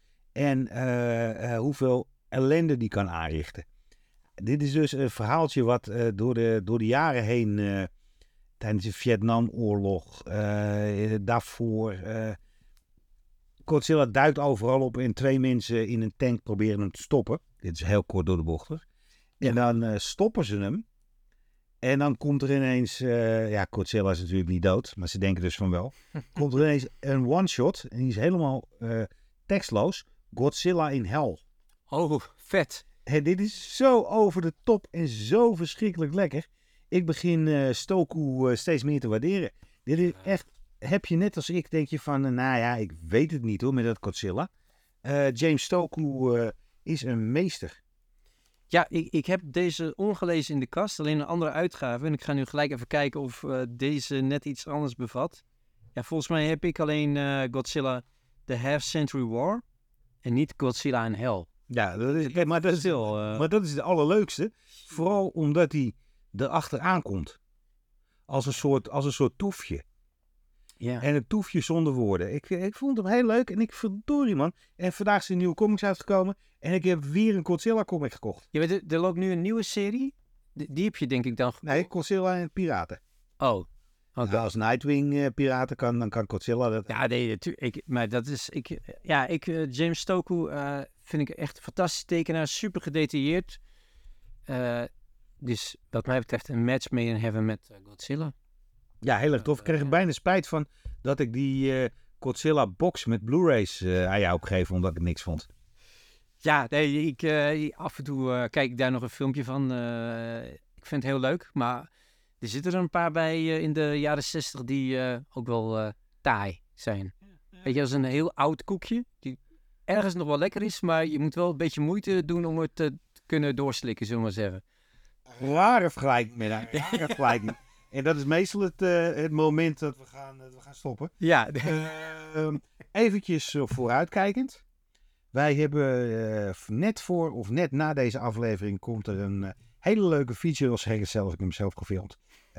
En hoeveel ellende die kan aanrichten. Dit is dus een verhaaltje wat door de jaren heen... tijdens de Vietnamoorlog, daarvoor... Godzilla duikt overal op en 2 mensen in een tank proberen hem te stoppen. Dit is heel kort door de bocht. En dan stoppen ze hem. En dan komt er ineens... Godzilla is natuurlijk niet dood, maar ze denken dus van wel. Komt er ineens een one-shot en die is helemaal tekstloos. Godzilla in hell. Oh, vet. En dit is zo over de top en zo verschrikkelijk lekker. Ik begin Stoku steeds meer te waarderen. Dit is echt... Heb je net als ik, denk je van... ik weet het niet hoor, met dat Godzilla. James Stoku is een meester. Ja, ik heb deze ongelezen in de kast. Alleen een andere uitgave. En ik ga nu gelijk even kijken of deze net iets anders bevat. Ja, volgens mij heb ik alleen Godzilla The Half Century War. En niet Godzilla in Hell. Ja, maar dat is het allerleukste. Vooral omdat hij erachteraan komt. Als een soort toefje. Ja. En een toefje zonder woorden. Ik vond hem heel leuk. En ik verdorie man. En vandaag is een nieuwe comics uitgekomen. En ik heb weer een Godzilla comic gekocht. Ja, er loopt nu een nieuwe serie. Die heb je denk ik dan... Nee, Godzilla en piraten. Oh. Okay. Nou, als Nightwing piraten kan, dan kan Godzilla dat. Ja, nee, natuurlijk. Maar dat is... James Stokoe vind ik echt een fantastische tekenaar. Super gedetailleerd. Dus wat mij betreft een match made in heaven met Godzilla. Ja, heel erg tof. Ik kreeg er bijna spijt van dat ik die Godzilla box met Blu-rays aan jou heb gegeven, omdat ik het niks vond. Ja, nee, af en toe kijk ik daar nog een filmpje van. Ik vind het heel leuk, maar er zitten er een paar bij in de jaren 60 die ook wel taai zijn. Weet je, als een heel oud koekje, die ergens nog wel lekker is, maar je moet wel een beetje moeite doen om het te kunnen doorslikken, zullen we maar zeggen. Rare vergelijking met een rare vergelijking. En dat is meestal het moment dat we gaan stoppen. Ja. Eventjes vooruitkijkend. Wij hebben net na deze aflevering komt er een hele leuke feature. Als ik zelf, ik heb hem zelf gefilmd.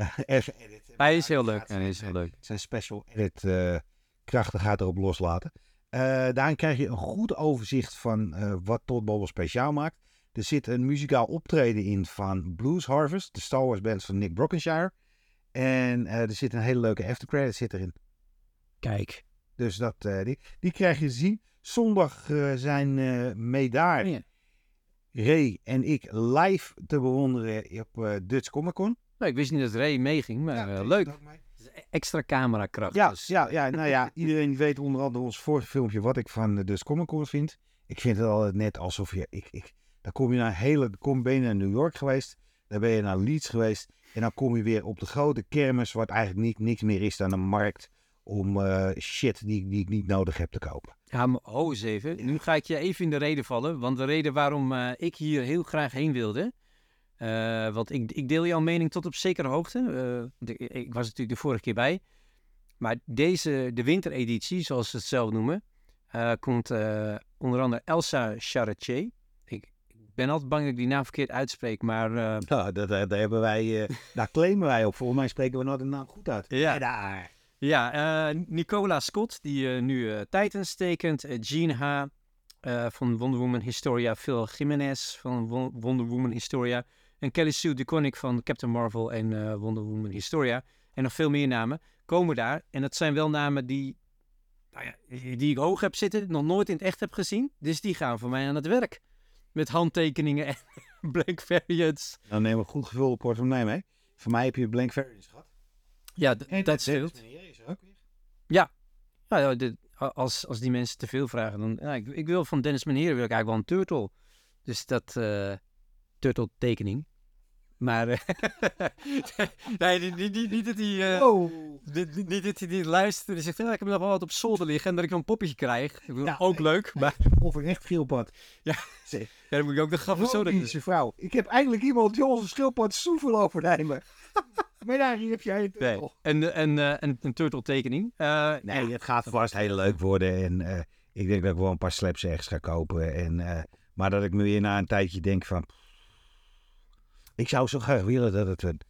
Hij is heel leuk. Hij is heel leuk. Zijn special edit krachten gaat erop loslaten. Daarin krijg je een goed overzicht van wat Todd Bobble speciaal maakt. Er zit een muzikaal optreden in van Blues Harvest, de Star Wars band van Nick Brockenshire. En er zit een hele leuke aftercredit zit erin. Kijk. Dus die krijg je te zien. Zondag zijn mee daar. Ja. Ray en ik live te bewonderen op Dutch Comic Con. Nou, ik wist niet dat Ray meeging, maar leuk. Extra camerakracht. Ja, dus. ja, iedereen weet onder andere ons vorige filmpje wat ik van de Dutch Comic Con vind. Ik vind het altijd net alsof je... Dan ben je naar New York geweest. Dan ben je naar Leeds geweest. En dan kom je weer op de grote kermis, wat eigenlijk niks meer is dan een markt om shit die ik niet nodig heb te kopen. Ja, maar eens even. Nu ga ik je even in de reden vallen. Want de reden waarom ik hier heel graag heen wilde. Want ik deel jouw mening tot op zekere hoogte. Ik was natuurlijk de vorige keer bij. Maar de wintereditie, zoals ze het zelf noemen, komt onder andere Elsa Charretier. Ik ben altijd bang dat ik die naam verkeerd uitspreek, maar... Daar hebben wij, daar claimen wij op. Volgens mij spreken we nou de naam goed uit. Ja. Ja, Nicola Scott, die nu Titans tekent. Gene H. Van Wonder Woman Historia. Phil Jimenez van Wonder Woman Historia. En Kelly Sue DeConnick van Captain Marvel en Wonder Woman Historia. En nog veel meer namen komen daar. En dat zijn wel namen die ik hoog heb zitten. Nog nooit in het echt heb gezien. Dus die gaan voor mij aan het werk. Met handtekeningen en blank variants. Dan nemen we goed gevulde portemonnee mee. Voor mij heb je blank variants gehad. Ja, dat scheelt. Ja, als die mensen te veel vragen, dan... Ja, ik wil van Dennis Meneer wil ik eigenlijk wel een turtle. Dus dat... turtle tekening. Maar... nee, niet dat hij... Niet dat hij niet luistert en zegt... ik heb nog wel wat op zolder liggen en dat ik een poppetje krijg. Ik bedoel, ook leuk, maar... Of een echt schildpad. Ja, dan moet ik ook de grap zo... Dat is je vrouw. Ik heb eigenlijk iemand die onze schildpad soe wil overnemen. Maar daar heb jij een turtle. Nee. En een turtle tekening. Nee, het gaat vast heel leuk worden. En ik denk dat ik wel een paar slaps ergens ga kopen. Maar dat ik me weer na een tijdje denk van... Ik zou zo graag willen dat het...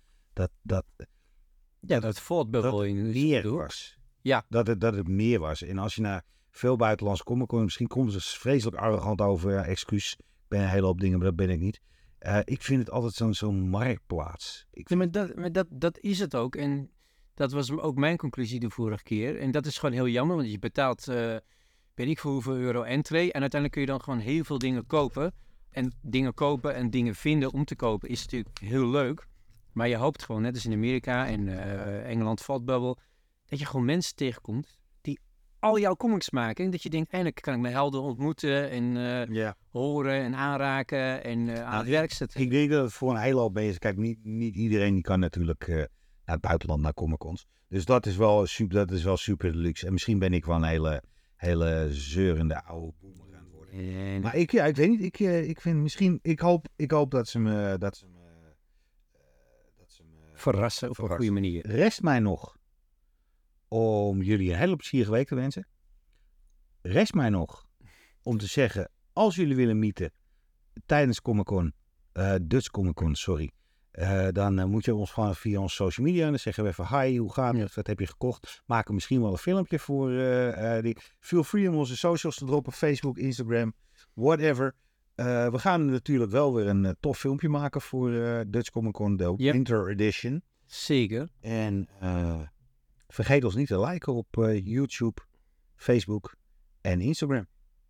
Dat het voortbubbel in meer was. Ja. Dat het meer was. En als je naar veel buitenlandse comic-con... Misschien komen ze vreselijk arrogant over. Ja, excuus. Ik ben een hele hoop dingen, maar dat ben ik niet. Ik vind het altijd zo'n marktplaats. Maar dat is het ook. En dat was ook mijn conclusie de vorige keer. En dat is gewoon heel jammer. Want je betaalt, weet ik voor hoeveel euro entree. En uiteindelijk kun je dan gewoon heel veel dingen kopen. En dingen vinden om te kopen is natuurlijk heel leuk. Maar je hoopt gewoon, net als in Amerika en Engeland Vatbubbel, dat je gewoon mensen tegenkomt die al jouw comics maken. En dat je denkt, eindelijk kan ik mijn helden ontmoeten en horen en aanraken en aan het werk zetten. Ik denk dat het voor een hele hoop mensen... Kijk, niet iedereen die kan natuurlijk naar het buitenland, naar Comic-Cons. Dus dat is wel super deluxe. En misschien ben ik wel een hele zeurende oude boomer aan het worden. Nee. Maar ik weet niet. Ik vind misschien... Ik hoop dat ze me verrassen op een goede manier. Rest mij nog om jullie een hele plezierige week te wensen. Rest mij nog om te zeggen, als jullie willen meeten tijdens Comic-Con, Dutch Comic-Con, sorry. Dan moet je ons gewoon via onze social media. En dan zeggen we even hi, hoe gaat het? Wat heb je gekocht? Maken misschien wel een filmpje voor die. Feel free om onze socials te droppen. Facebook, Instagram, whatever. We gaan natuurlijk wel weer een tof filmpje maken voor Dutch Comic Con, de Winter Edition. Zeker. En vergeet ons niet te liken op YouTube, Facebook en Instagram.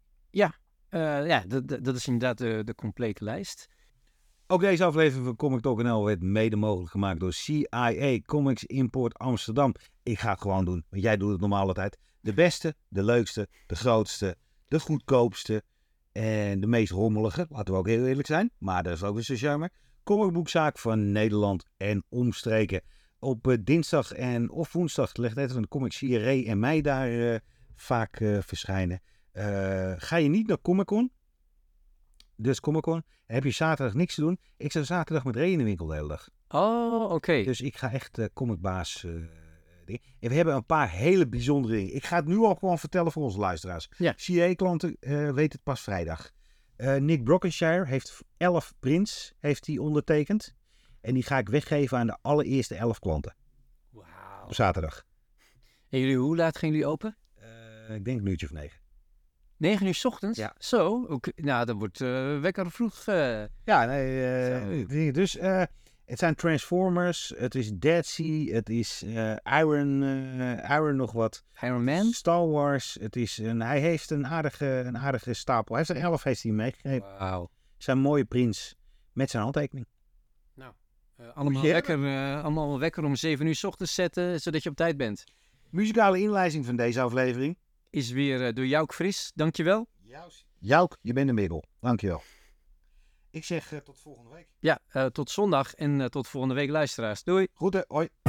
Dat is inderdaad de complete lijst. Ook deze aflevering van Comic Talk NL werd mede mogelijk gemaakt door CIA Comics Import Amsterdam. Ik ga het gewoon doen, want jij doet het normaal altijd. De beste, de leukste, de grootste, de goedkoopste en de meest rommelige. Laten we ook heel eerlijk zijn, maar dat is ook weer zo jammer. Comicboekzaak van Nederland en omstreken. Op dinsdag of woensdag, leg net van de Comic CIA en mij daar vaak verschijnen. Ga je niet naar Comic Con? Dus Comic-Con, heb je zaterdag niks te doen. Ik zou zaterdag met Ray in de winkel de hele dag. Oh, oké. Dus ik ga echt comicbaas dingen. En we hebben een paar hele bijzondere dingen. Ik ga het nu al gewoon vertellen voor onze luisteraars. Ja. CA-klanten weten het pas vrijdag. Nick Brockenshire heeft 11 prints heeft hij ondertekend. En die ga ik weggeven aan de allereerste 11 klanten. Wauw. Op zaterdag. En hoe laat gaan jullie open? Ik denk een uurtje of 9. 9 uur 's ochtends? Ja. Zo? Nou, dan wordt wekker vroeg. Ja, nee. Dus het zijn Transformers, het is Dead Sea, het is Iron nog wat. Iron Man? Star Wars. Hij heeft een aardige stapel. Hij heeft er 11 heeft hij meegegeven. Wauw. Zijn mooie prints met zijn handtekening. Nou, allemaal wekker om 7 uur 's ochtends zetten, zodat je op tijd bent. Muzikale inleiding van deze aflevering is weer door Jouk Fris. Dankjewel. Jouk, je bent een middel. Dankjewel. Ik zeg tot volgende week. Ja, tot zondag en tot volgende week luisteraars. Doei. Groeten, hoi.